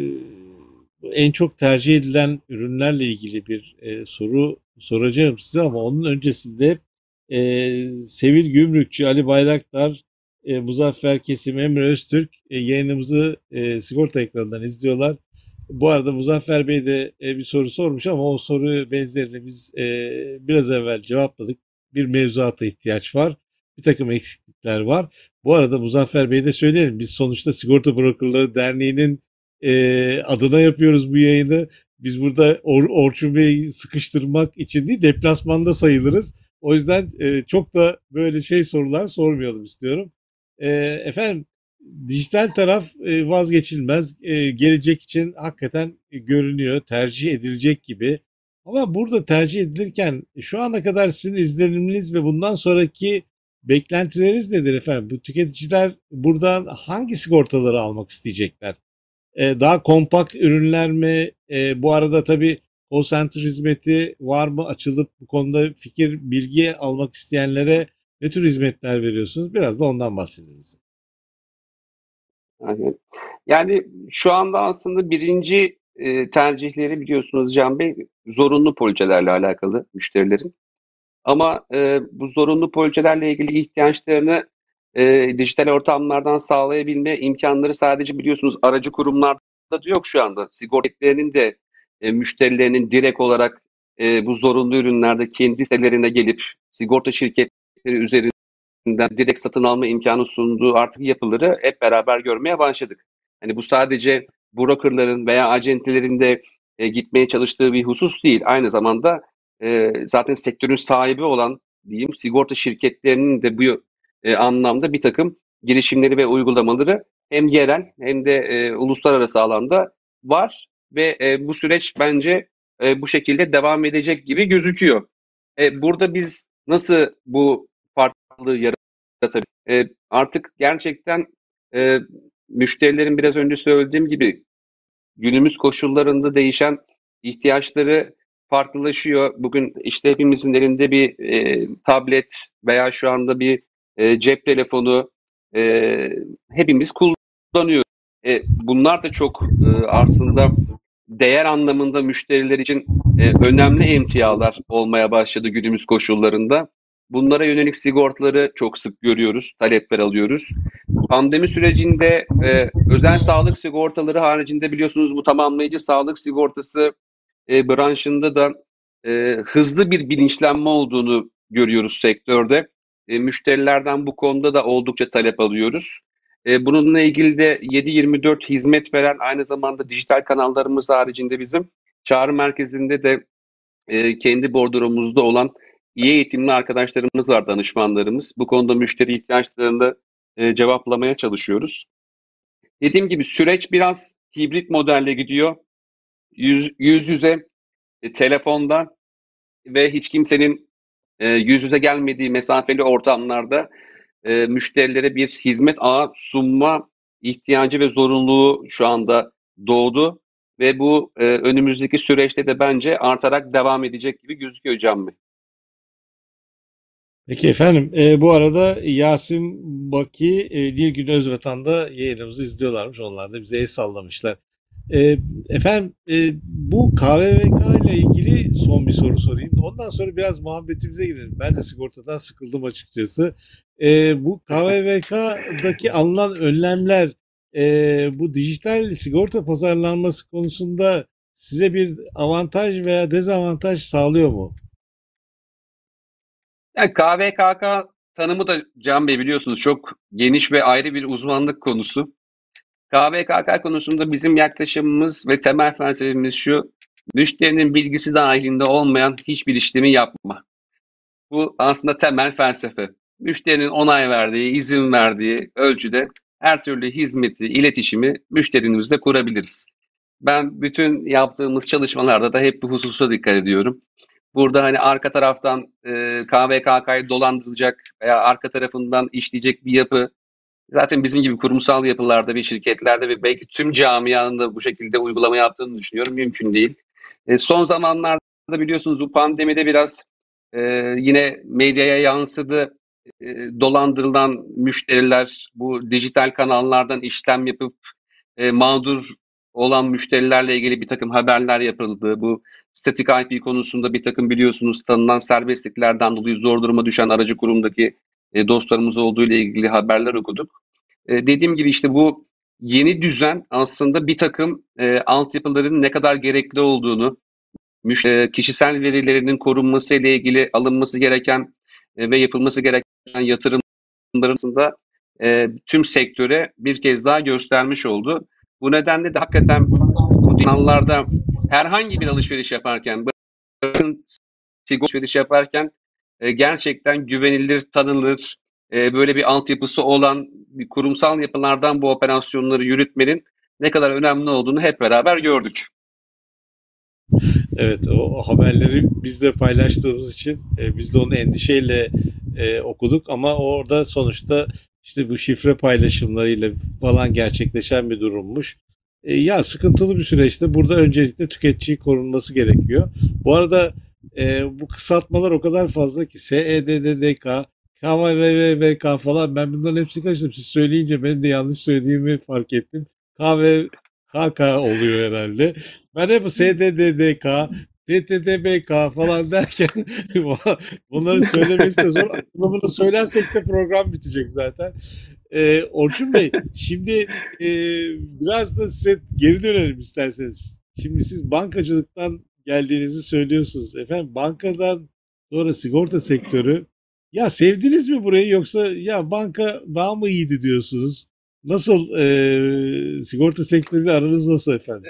en çok tercih edilen ürünlerle ilgili bir e, soru soracağım size ama onun öncesinde e, Sevil Gümrükçü, Ali Bayraktar, e, Muzaffer Kesim, Emre Öztürk e, yayınımızı e, sigorta ekranından izliyorlar. Bu arada Muzaffer Bey de e, bir soru sormuş ama o soru benzerini biz e, biraz evvel cevapladık. Bir mevzuata ihtiyaç var. Bir takım eksiklikler var. Bu arada Muzaffer Bey de söyleyelim. Biz sonuçta Sigorta Brokerları Derneği'nin e, adına yapıyoruz bu yayını. Biz burada Or Orçun Bey'i sıkıştırmak için değil, deplasmanda sayılırız. O yüzden e, çok da böyle şey sorular sormayalım istiyorum. E, efendim, dijital taraf e, vazgeçilmez. E, gelecek için hakikaten görünüyor, tercih edilecek gibi. Ama burada tercih edilirken şu ana kadar sizin izleniminiz ve bundan sonraki beklentileriniz nedir efendim? Bu tüketiciler buradan hangi sigortaları almak isteyecekler? Ee, daha kompakt ürünler mi? Ee, bu arada tabii call center hizmeti var mı? Açılıp bu konuda fikir, bilgi almak isteyenlere ne tür hizmetler veriyorsunuz? Biraz da ondan bahsedin bize. Yani, yani şu anda aslında birinci e, tercihleri biliyorsunuz Can Bey, zorunlu poliçelerle alakalı müşterilerin. Ama e, bu zorunlu poliçelerle ilgili ihtiyaçlarını e, dijital ortamlardan sağlayabilme imkanları sadece biliyorsunuz aracı kurumlarda da yok şu anda. Sigortalarının de e, müşterilerinin direkt olarak e, bu zorunlu ürünlerde kendi sitelerine gelip sigorta şirketleri üzerinden direkt satın alma imkanı sunduğu artık yapıları hep beraber görmeye başladık. Hani bu sadece brokerların veya acentelerin de e, gitmeye çalıştığı bir husus değil. Aynı zamanda e, zaten sektörün sahibi olan diyeyim sigorta şirketlerinin de bu e, anlamda bir takım girişimleri ve uygulamaları hem yerel hem de e, uluslararası alanda var ve e, bu süreç bence e, bu şekilde devam edecek gibi gözüküyor. E, burada biz nasıl bu farklılığı tabii. E, artık gerçekten e, müşterilerin biraz önce söylediğim gibi günümüz koşullarında değişen ihtiyaçları farklılaşıyor. Bugün işte hepimizin elinde bir e, tablet veya şu anda bir e, cep telefonu e, hepimiz kullanıyoruz. E, bunlar da çok e, aslında değer anlamında müşteriler için e, önemli emtialar olmaya başladı günümüz koşullarında. Bunlara yönelik sigortaları çok sık görüyoruz, talepler alıyoruz. Pandemi sürecinde e, özel sağlık sigortaları haricinde biliyorsunuz bu tamamlayıcı sağlık sigortası e, branşında da e, hızlı bir bilinçlenme olduğunu görüyoruz sektörde. E, müşterilerden bu konuda da oldukça talep alıyoruz. E, bununla ilgili de yedi yirmi dört hizmet veren aynı zamanda dijital kanallarımız haricinde bizim çağrı merkezinde de e, kendi bordromuzda olan iyi eğitimli arkadaşlarımız var, danışmanlarımız. Bu konuda müşteri ihtiyaçlarını e, cevaplamaya çalışıyoruz. Dediğim gibi süreç biraz hibrit modelle gidiyor. Yüz, yüz yüze, e, telefonda ve hiç kimsenin e, yüz yüze gelmediği mesafeli ortamlarda e, müşterilere bir hizmet ağı sunma ihtiyacı ve zorunluluğu şu anda doğdu ve bu e, önümüzdeki süreçte de bence artarak devam edecek gibi gözüküyor Can Bey. Peki efendim, e, bu arada Yasin Baki, e, Nilgün Özvatan da yayınımızı izliyorlarmış. Onlar da bize el sallamışlar. E, efendim, e, bu K V V K ile ilgili son bir soru sorayım. Ondan sonra biraz muhabbetimize girelim. Ben de sigortadan sıkıldım açıkçası. E, bu K V V K'daki alınan önlemler, e, bu dijital sigorta pazarlanması konusunda size bir avantaj veya dezavantaj sağlıyor mu? Yani K V K K tanımı da Can Bey biliyorsunuz çok geniş ve ayrı bir uzmanlık konusu. K V K K konusunda bizim yaklaşımımız ve temel felsefemiz şu: müşterinin bilgisi dahilinde olmayan hiçbir işlemi yapma. Bu aslında temel felsefe. Müşterinin onay verdiği, izin verdiği ölçüde her türlü hizmeti, iletişimi müşterimizle kurabiliriz. Ben bütün yaptığımız çalışmalarda da hep bu hususa dikkat ediyorum. Burada hani arka taraftan e, K V K K'yı dolandırılacak veya arka tarafından işleyecek bir yapı zaten bizim gibi kurumsal yapılarda ve şirketlerde ve belki tüm camianın da bu şekilde uygulama yaptığını düşünüyorum. Mümkün değil. E, son zamanlarda biliyorsunuz bu pandemide biraz e, yine medyaya yansıdı. E, dolandırılan müşteriler bu dijital kanallardan işlem yapıp e, mağdur olan müşterilerle ilgili bir takım haberler yapıldı. Bu statik I P konusunda bir takım biliyorsunuz tanınan serbestliklerden dolayı zor duruma düşen aracı kurumdaki e, dostlarımız olduğu ile ilgili haberler okuduk. E, dediğim gibi işte bu yeni düzen aslında bir takım e, altyapıların ne kadar gerekli olduğunu, müş- e, kişisel verilerinin korunması ile ilgili alınması gereken e, ve yapılması gereken yatırımların arasında e, tüm sektöre bir kez daha göstermiş oldu. Bu nedenle de hakikaten bu kanallarda herhangi bir alışveriş yaparken, bakın sigorta alışveriş yaparken e, gerçekten güvenilir, tanınır, e, böyle bir altyapısı olan bir kurumsal yapılardan bu operasyonları yürütmenin ne kadar önemli olduğunu hep beraber gördük. Evet, o haberleri biz de paylaştığımız için e, biz de onu endişeyle e, okuduk ama orada sonuçta işte bu şifre paylaşımlarıyla falan gerçekleşen bir durummuş. E, ya sıkıntılı bir süreçte burada öncelikle tüketici korunması gerekiyor. Bu arada e, bu kısaltmalar o kadar fazla ki S E D D D K, K V V V K falan, ben bunların hepsini karıştırdım. Siz söyleyince ben de yanlış söylediğimi fark ettim. K V K K oluyor herhalde. Ben hep S D D D K, T T D B K falan derken bunları söylemesi de zor. Anlamını söylersek de program bitecek zaten. Ee, Orçun Bey, şimdi e, biraz da size geri dönelim isterseniz. Şimdi siz bankacılıktan geldiğinizi söylüyorsunuz. Efendim, bankadan sonra sigorta sektörü. Ya sevdiniz mi burayı, yoksa ya banka daha mı iyiydi diyorsunuz? Nasıl, e, sigorta sektörüyle aranız nasıl efendim?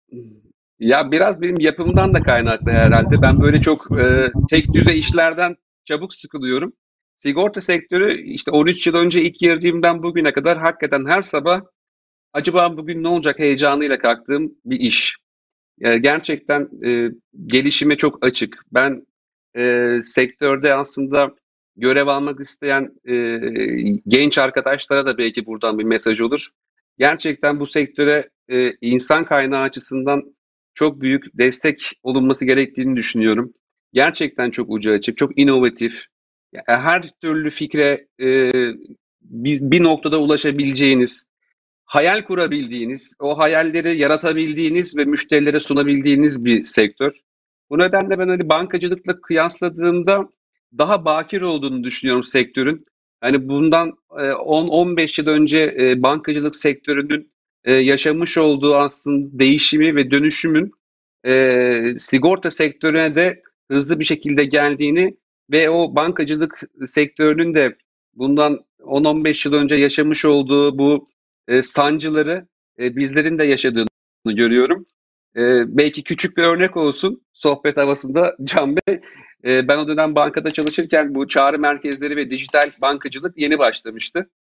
Ya biraz benim yapımdan da kaynaklı herhalde. Ben böyle çok e, tek düze işlerden çabuk sıkılıyorum. Sigorta sektörü işte on üç yıl önce ilk girdiğimden bugüne kadar hakikaten her sabah acaba bugün ne olacak heyecanıyla kalktığım bir iş. E, gerçekten e, gelişime çok açık. Ben e, sektörde aslında görev almak isteyen e, genç arkadaşlara da belki buradan bir mesaj olur. Gerçekten bu sektöre e, insan kaynağı açısından çok büyük destek olunması gerektiğini düşünüyorum. Gerçekten çok ucu açık, çok inovatif. Ya, her türlü fikre e, bir, bir noktada ulaşabileceğiniz, hayal kurabildiğiniz, o hayalleri yaratabildiğiniz ve müşterilere sunabildiğiniz bir sektör. Bu nedenle ben hani bankacılıkla kıyasladığımda daha bakir olduğunu düşünüyorum sektörün. Hani bundan on on beş yıl önce e, bankacılık sektörünün e, yaşamış olduğu aslında değişimi ve dönüşümün e, sigorta sektörüne de hızlı bir şekilde geldiğini ve o bankacılık sektörünün de bundan on on beş yıl önce yaşamış olduğu bu e, sancıları e, bizlerin de yaşadığını görüyorum. E, belki küçük bir örnek olsun sohbet havasında Can Bey. E, ben o dönem bankada çalışırken bu çağrı merkezleri ve dijital bankacılık yeni başlamıştı.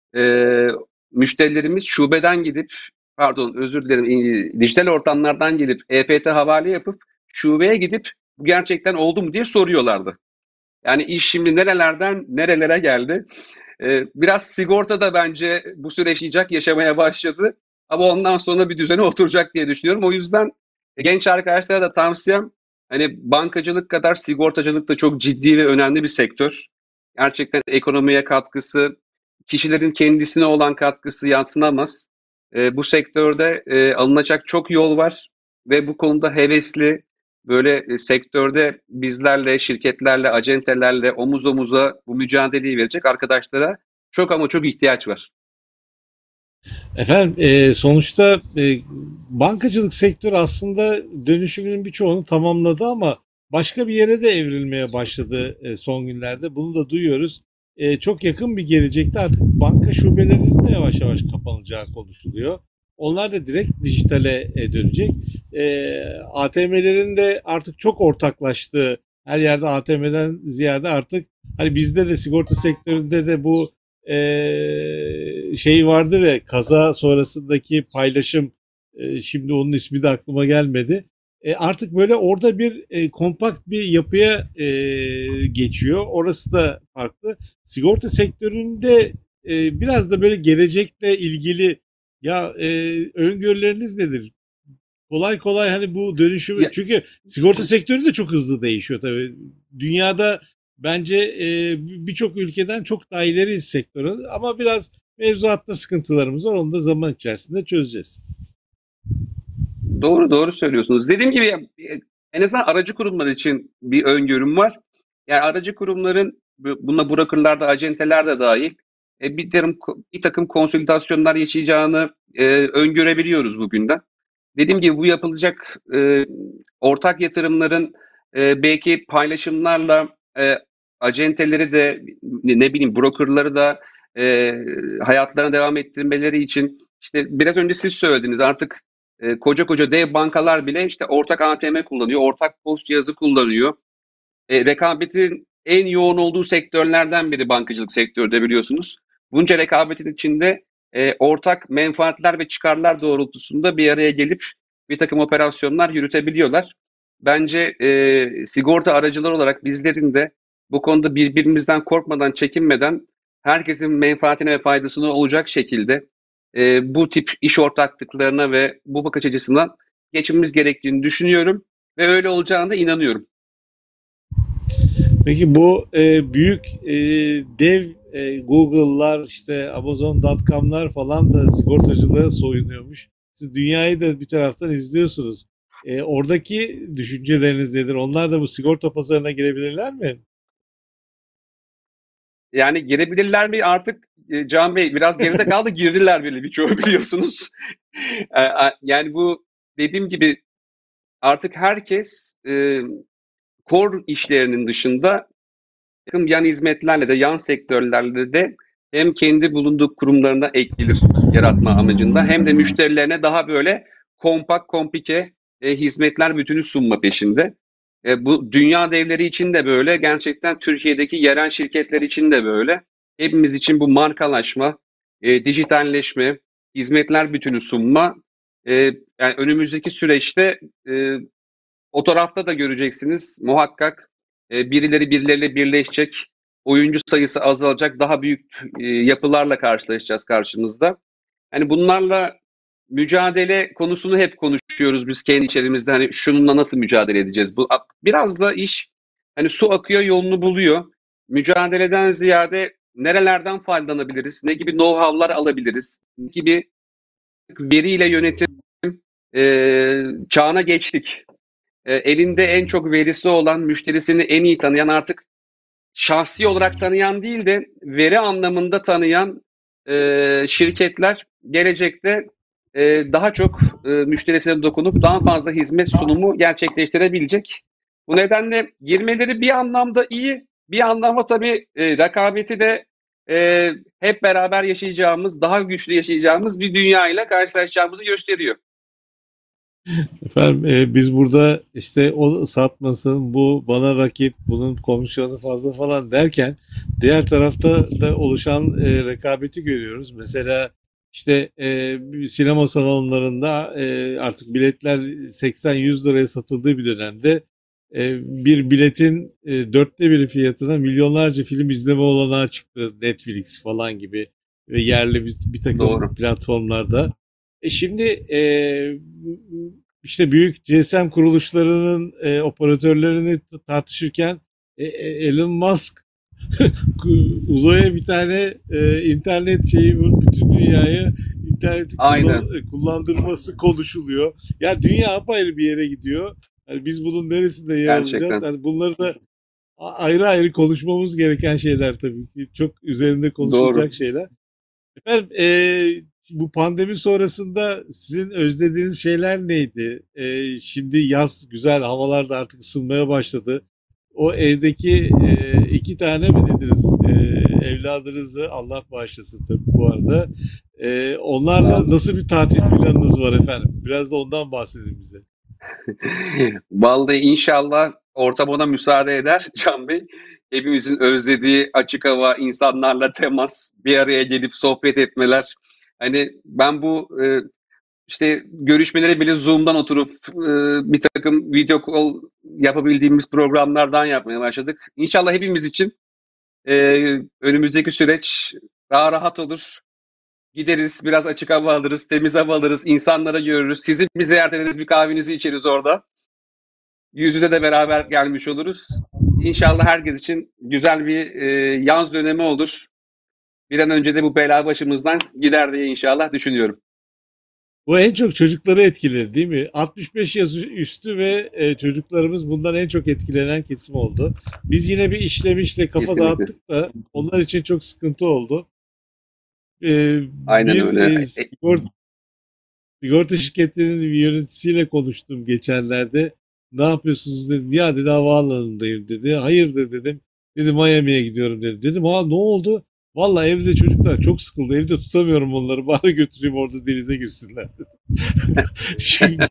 e, müşterilerimiz şubeden gidip, pardon özür dilerim, e, dijital ortamlardan gelip E F T havale yapıp şubeye gidip bu gerçekten oldu mu diye soruyorlardı. Yani iş şimdi nerelerden nerelere geldi. Ee, biraz sigorta da bence bu süreç yaşayacak, yaşamaya başladı. Ama ondan sonra bir düzene oturacak diye düşünüyorum. O yüzden genç arkadaşlara da tavsiyem, hani bankacılık kadar sigortacılık da çok ciddi ve önemli bir sektör. Gerçekten ekonomiye katkısı, kişilerin kendisine olan katkısı yadsınamaz. Ee, bu sektörde e, alınacak çok yol var ve bu konuda hevesli, böyle e, sektörde bizlerle, şirketlerle, acentelerle omuz omuza bu mücadeleyi verecek arkadaşlara çok ama çok ihtiyaç var. Efendim e, sonuçta e, bankacılık sektörü aslında dönüşümünün birçoğunu tamamladı ama başka bir yere de evrilmeye başladı e, son günlerde. Bunu da duyuyoruz. E, çok yakın bir gelecekte artık banka şubelerinin de yavaş yavaş kapanacağı konuşuluyor. Onlar da direkt dijitale e, dönecek. E, A T M'lerin de artık çok ortaklaştığı, her yerde A T M'den ziyade artık hani bizde de sigorta sektöründe de bu e, şey vardır ya, kaza sonrasındaki paylaşım, e, şimdi onun ismi de aklıma gelmedi. E, artık böyle orada bir e, kompakt bir yapıya e, geçiyor. Orası da farklı. Sigorta sektöründe e, biraz da böyle gelecekle ilgili ya e, öngörüleriniz nedir? Kolay kolay hani bu dönüşümü, Ya, çünkü sigorta sektörü de çok hızlı değişiyor tabii. Dünyada bence e, birçok ülkeden çok daha ileriyiz sektörün, ama biraz mevzuatta sıkıntılarımız var. Onu da zaman içerisinde çözeceğiz. doğru doğru söylüyorsunuz. Dediğim gibi ya, en azından aracı kurumlar için bir öngörüm var. Yani aracı kurumların, buna brokerlar da acenteler de dahil, e, bir, takım, bir takım konsolidasyonlar yaşayacağını e, öngörebiliyoruz bugünden. Dediğim gibi bu yapılacak e, ortak yatırımların e, belki paylaşımlarla e, acenteleri de, ne bileyim, brokerları da e, hayatlarına devam ettirmeleri için, işte biraz önce siz söylediniz, artık e, koca koca dev bankalar bile işte ortak A T M kullanıyor, ortak post cihazı kullanıyor. E, rekabetin en yoğun olduğu sektörlerden biri bankacılık sektörü de, biliyorsunuz. Bunca rekabetin içinde e, ortak menfaatler ve çıkarlar doğrultusunda bir araya gelip bir takım operasyonlar yürütebiliyorlar. Bence e, sigorta aracılar olarak bizlerin de bu konuda birbirimizden korkmadan, çekinmeden, herkesin menfaatine ve faydasına olacak şekilde e, bu tip iş ortaklıklarına ve bu bakış açısından geçmemiz gerektiğini düşünüyorum ve öyle olacağına da inanıyorum. Peki bu e, büyük e, dev e, Google'lar, işte Amazon nokta com'lar falan da sigortacılığa soyunuyormuş. Siz dünyayı da bir taraftan izliyorsunuz. E, oradaki düşünceleriniz nedir? Onlar da bu sigorta pazarına girebilirler mi? Yani girebilirler mi artık, e, Can Bey, biraz geride kaldı, girdiler bile birçoğu, biliyorsunuz. E, a- yani bu, dediğim gibi, artık herkes e, core işlerinin dışında takım yan hizmetlerle de, yan sektörlerle de hem kendi bulunduğu kurumlarına ek gelir yaratma amacında, hem de müşterilerine daha böyle kompakt, komplike e, hizmetler bütünü sunma peşinde. E, bu dünya devleri için de böyle, gerçekten Türkiye'deki yerel şirketler için de böyle. Hepimiz için bu markalaşma, e, dijitalleşme, hizmetler bütünü sunma, e, yani önümüzdeki süreçte e, o tarafta da göreceksiniz muhakkak, e, birileri birileriyle birleşecek, oyuncu sayısı azalacak, daha büyük e, yapılarla karşılaşacağız karşımızda. Hani bunlarla mücadele konusunu hep konuşuyoruz biz kendi içerimizde. Hani şununla nasıl mücadele edeceğiz? Bu biraz da iş, hani su akıyor yolunu buluyor. Mücadeleden ziyade nerelerden faydalanabiliriz? Ne gibi know-how'lar alabiliriz? Ne gibi veriyle yönetim e, çağına geçtik. E, elinde en çok verisi olan, müşterisini en iyi tanıyan, artık şahsi olarak tanıyan değil de veri anlamında tanıyan e, şirketler gelecekte e, daha çok e, müşterisine dokunup daha fazla hizmet sunumu gerçekleştirebilecek. Bu nedenle girmeleri bir anlamda iyi, bir anlamda tabii e, rekabeti de e, hep beraber yaşayacağımız, daha güçlü yaşayacağımız bir dünya ile karşılaşacağımızı gösteriyor. Efendim e, biz burada işte o satmasın, bu bana rakip, bunun komisyonu fazla falan derken diğer tarafta da oluşan e, rekabeti görüyoruz. Mesela işte e, sinema salonlarında e, artık biletler seksen yüz liraya satıldığı bir dönemde e, bir biletin e, dörtte biri fiyatına milyonlarca film izleme olanağı çıktı. Netflix falan gibi ve yerli bir, bir takım Doğru. platformlarda. E şimdi e, işte büyük G S M kuruluşlarının e, operatörlerini tartışırken e, e, Elon Musk uzaya bir tane e, internet şeyi vur, bütün dünyaya interneti kullan, Aynen. kullandırması konuşuluyor. Ya dünya apayrı bir yere gidiyor. Yani biz bunun neresinde yer alacağız? Gerçekten. Yani bunları da ayrı ayrı konuşmamız gereken şeyler tabii ki. Çok üzerinde Doğru. konuşulacak şeyler. Efendim, eee, bu pandemi sonrasında sizin özlediğiniz şeyler neydi? Eee, şimdi yaz güzel, havalar da artık ısınmaya başladı. O evdeki eee, iki tane mi dediniz? Eee, evladınızı Allah bağışlasın tabii bu arada. Eee, Sağ onlarla olun. nasıl bir tatil planınız var efendim? Biraz da ondan bahsedin bize. Vallahi inşallah ortam ona müsaade eder Can Bey. Hepimizin özlediği açık hava, insanlarla temas, bir araya gelip sohbet etmeler. Hani ben bu e, işte görüşmeleri bile Zoom'dan oturup e, bir takım video call yapabildiğimiz programlardan yapmaya başladık. İnşallah hepimiz için e, önümüzdeki süreç daha rahat olur. Gideriz, biraz açık hava alırız, temiz hava alırız, insanları görürüz. Sizi bir ziyaret ederiz, bir kahvenizi içeriz orada. Yüzüde de beraber gelmiş oluruz. İnşallah herkes için güzel bir e, yaz dönemi olur. Bir an önce de bu bela başımızdan gider diye inşallah düşünüyorum. Bu en çok çocukları etkiler değil mi? altmış beş yaş üstü ve e, çocuklarımız bundan en çok etkilenen kesim oldu. Biz yine bir işlemişle kafa Kesinlikle. dağıttık da onlar için çok sıkıntı oldu. E, Aynen bir öyle. e, E, sigorta, sigorta şirketlerinin bir yöneticisiyle konuştum geçenlerde. Ne yapıyorsunuz dedim. Ya dedi havaalanındayım dedi. Hayırdır dedim. Dedi Miami'ye gidiyorum dedi. Dedim ha ne oldu? Valla evde çocuklar çok sıkıldı. Evde tutamıyorum onları. Bari götüreyim orada denize girsinler. Şimdi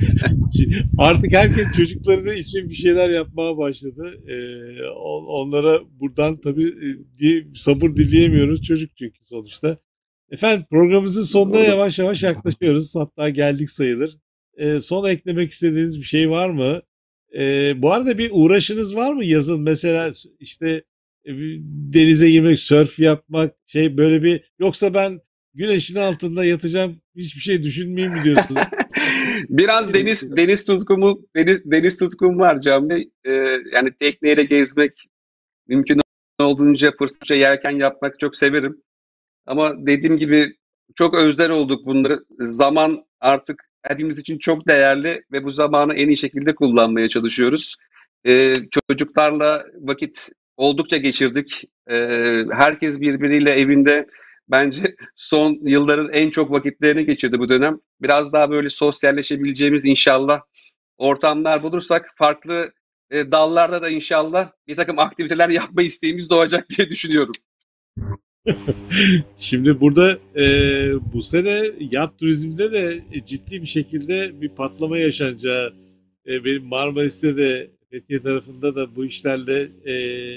artık herkes çocukları için bir şeyler yapmaya başladı. Ee, onlara buradan tabii e, sabır dileyemiyoruz. Çocuk çünkü sonuçta. Efendim programımızın sonuna doğru. yavaş yavaş yaklaşıyoruz. Hatta geldik sayılır. Ee, son eklemek istediğiniz bir şey var mı? Ee, bu arada bir uğraşınız var mı yazın? Mesela işte e, denize girmek, sörf yapmak, şey böyle bir yoksa ben güneşin altında yatacağım, hiçbir şey düşünmeyeyim mi diyorsunuz? Biraz deniz deniz tutkumu deniz deniz tutkum var Can Bey. E, yani tekneyle gezmek mümkün olduğunca fırsatça yelken yapmak çok severim. Ama dediğim gibi çok özler olduk bunları. Zaman artık hepimiz için çok değerli ve bu zamanı en iyi şekilde kullanmaya çalışıyoruz. Ee, çocuklarla vakit oldukça geçirdik. Ee, herkes birbiriyle evinde bence son yılların en çok vakitlerini geçirdi bu dönem. Biraz daha böyle sosyalleşebileceğimiz inşallah ortamlar bulursak farklı e, dallarda da inşallah bir takım aktiviteler yapma isteğimiz doğacak diye düşünüyorum. Şimdi burada e, bu sene yat turizminde de ciddi bir şekilde bir patlama yaşanacağı e, benim Marmaris'te de Fethiye tarafında da bu işlerle e,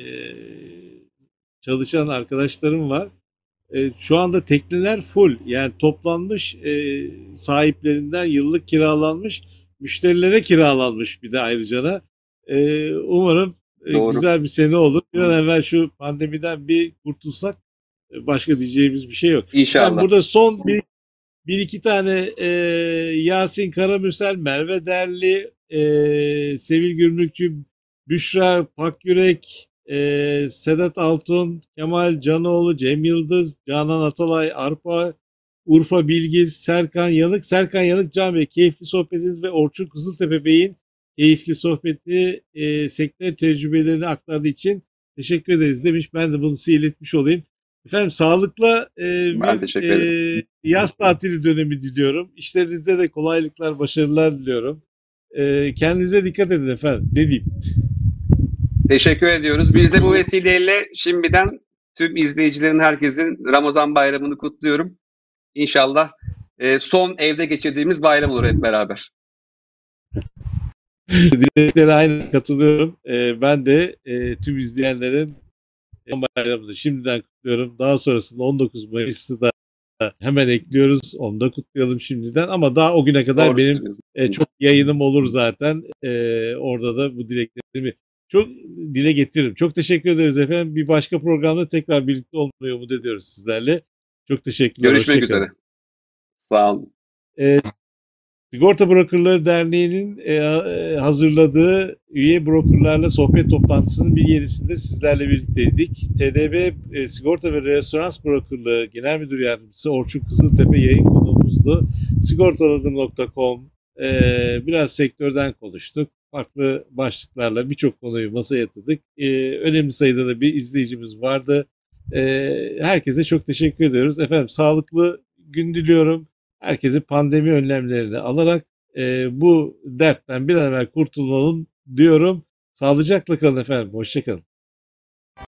çalışan arkadaşlarım var. E, şu anda tekneler full yani toplanmış e, sahiplerinden yıllık kiralanmış müşterilere kiralanmış bir de ayrıca. E, umarım e, Doğru. güzel bir sene olur. Bir an evvel şu pandemiden bir kurtulsak e, başka diyeceğimiz bir şey yok. Efendim İnşallah. burada son bir, bir iki tane e, Yasin Karamürsel, Merve Derli, e, Sevil Gümrükçü, Büşra Pakyürek, e, Sedat Altun, Kemal Canoğlu, Cem Yıldız, Canan Atalay, Arpa, Urfa Bilgiz, Serkan Yanık, Serkan Yanık Can Bey keyifli sohbetiniz ve Orçun Kızıltepe Bey'in keyifli sohbeti e, sektör tecrübelerini aktardığı için teşekkür ederiz demiş. Ben de bunu size iletmiş olayım. Efendim sağlıkla e, Ben bir teşekkür ederim. e, yaz tatili dönemi diliyorum. İşlerinizde de kolaylıklar, başarılar diliyorum. E, kendinize dikkat edin efendim. Ne diyeyim? Teşekkür ediyoruz. Biz de bu vesileyle şimdiden tüm izleyicilerin, herkesin Ramazan bayramını kutluyorum. İnşallah e, son evde geçirdiğimiz bayram olur hep beraber. Dileklere aynen katılıyorum. Ee, ben de e, tüm izleyenlerin Kurban Bayramı'nı şimdiden kutluyorum. Daha sonrasında on dokuz Mayıs'ı da hemen ekliyoruz. Onu da kutlayalım şimdiden. Ama daha o güne kadar Doğru benim söylüyorsun. e, çok yayınım olur zaten. E, orada da bu dileklerimi çok dile getiririm. Çok teşekkür ederiz efendim. Bir başka programda tekrar birlikte olmayı umut ediyoruz sizlerle. Çok teşekkürler. Görüşmek Hoşçakalın. üzere. Sağ olun. E, Sigorta Brokerları Derneği'nin e, e, hazırladığı üye brokerlarla sohbet toplantısının bir yenisinde sizlerle birlikteydik. T D B e, Sigorta ve Restoranс Brokerlığı Genel Müdür Yardımcısı Orçun Kızıltepe yayın konuğumuzdu. sigortaladım nokta com e, biraz sektörden konuştuk. Farklı başlıklarla birçok konuyu masaya yatırdık. E, önemli sayıda da bir izleyicimiz vardı. E, herkese çok teşekkür ediyoruz. Efendim sağlıklı gün diliyorum. Herkesi pandemi önlemlerini alarak e, bu dertten bir an evvel kurtulalım diyorum. Sağlıcakla kalın efendim. Hoşçakalın.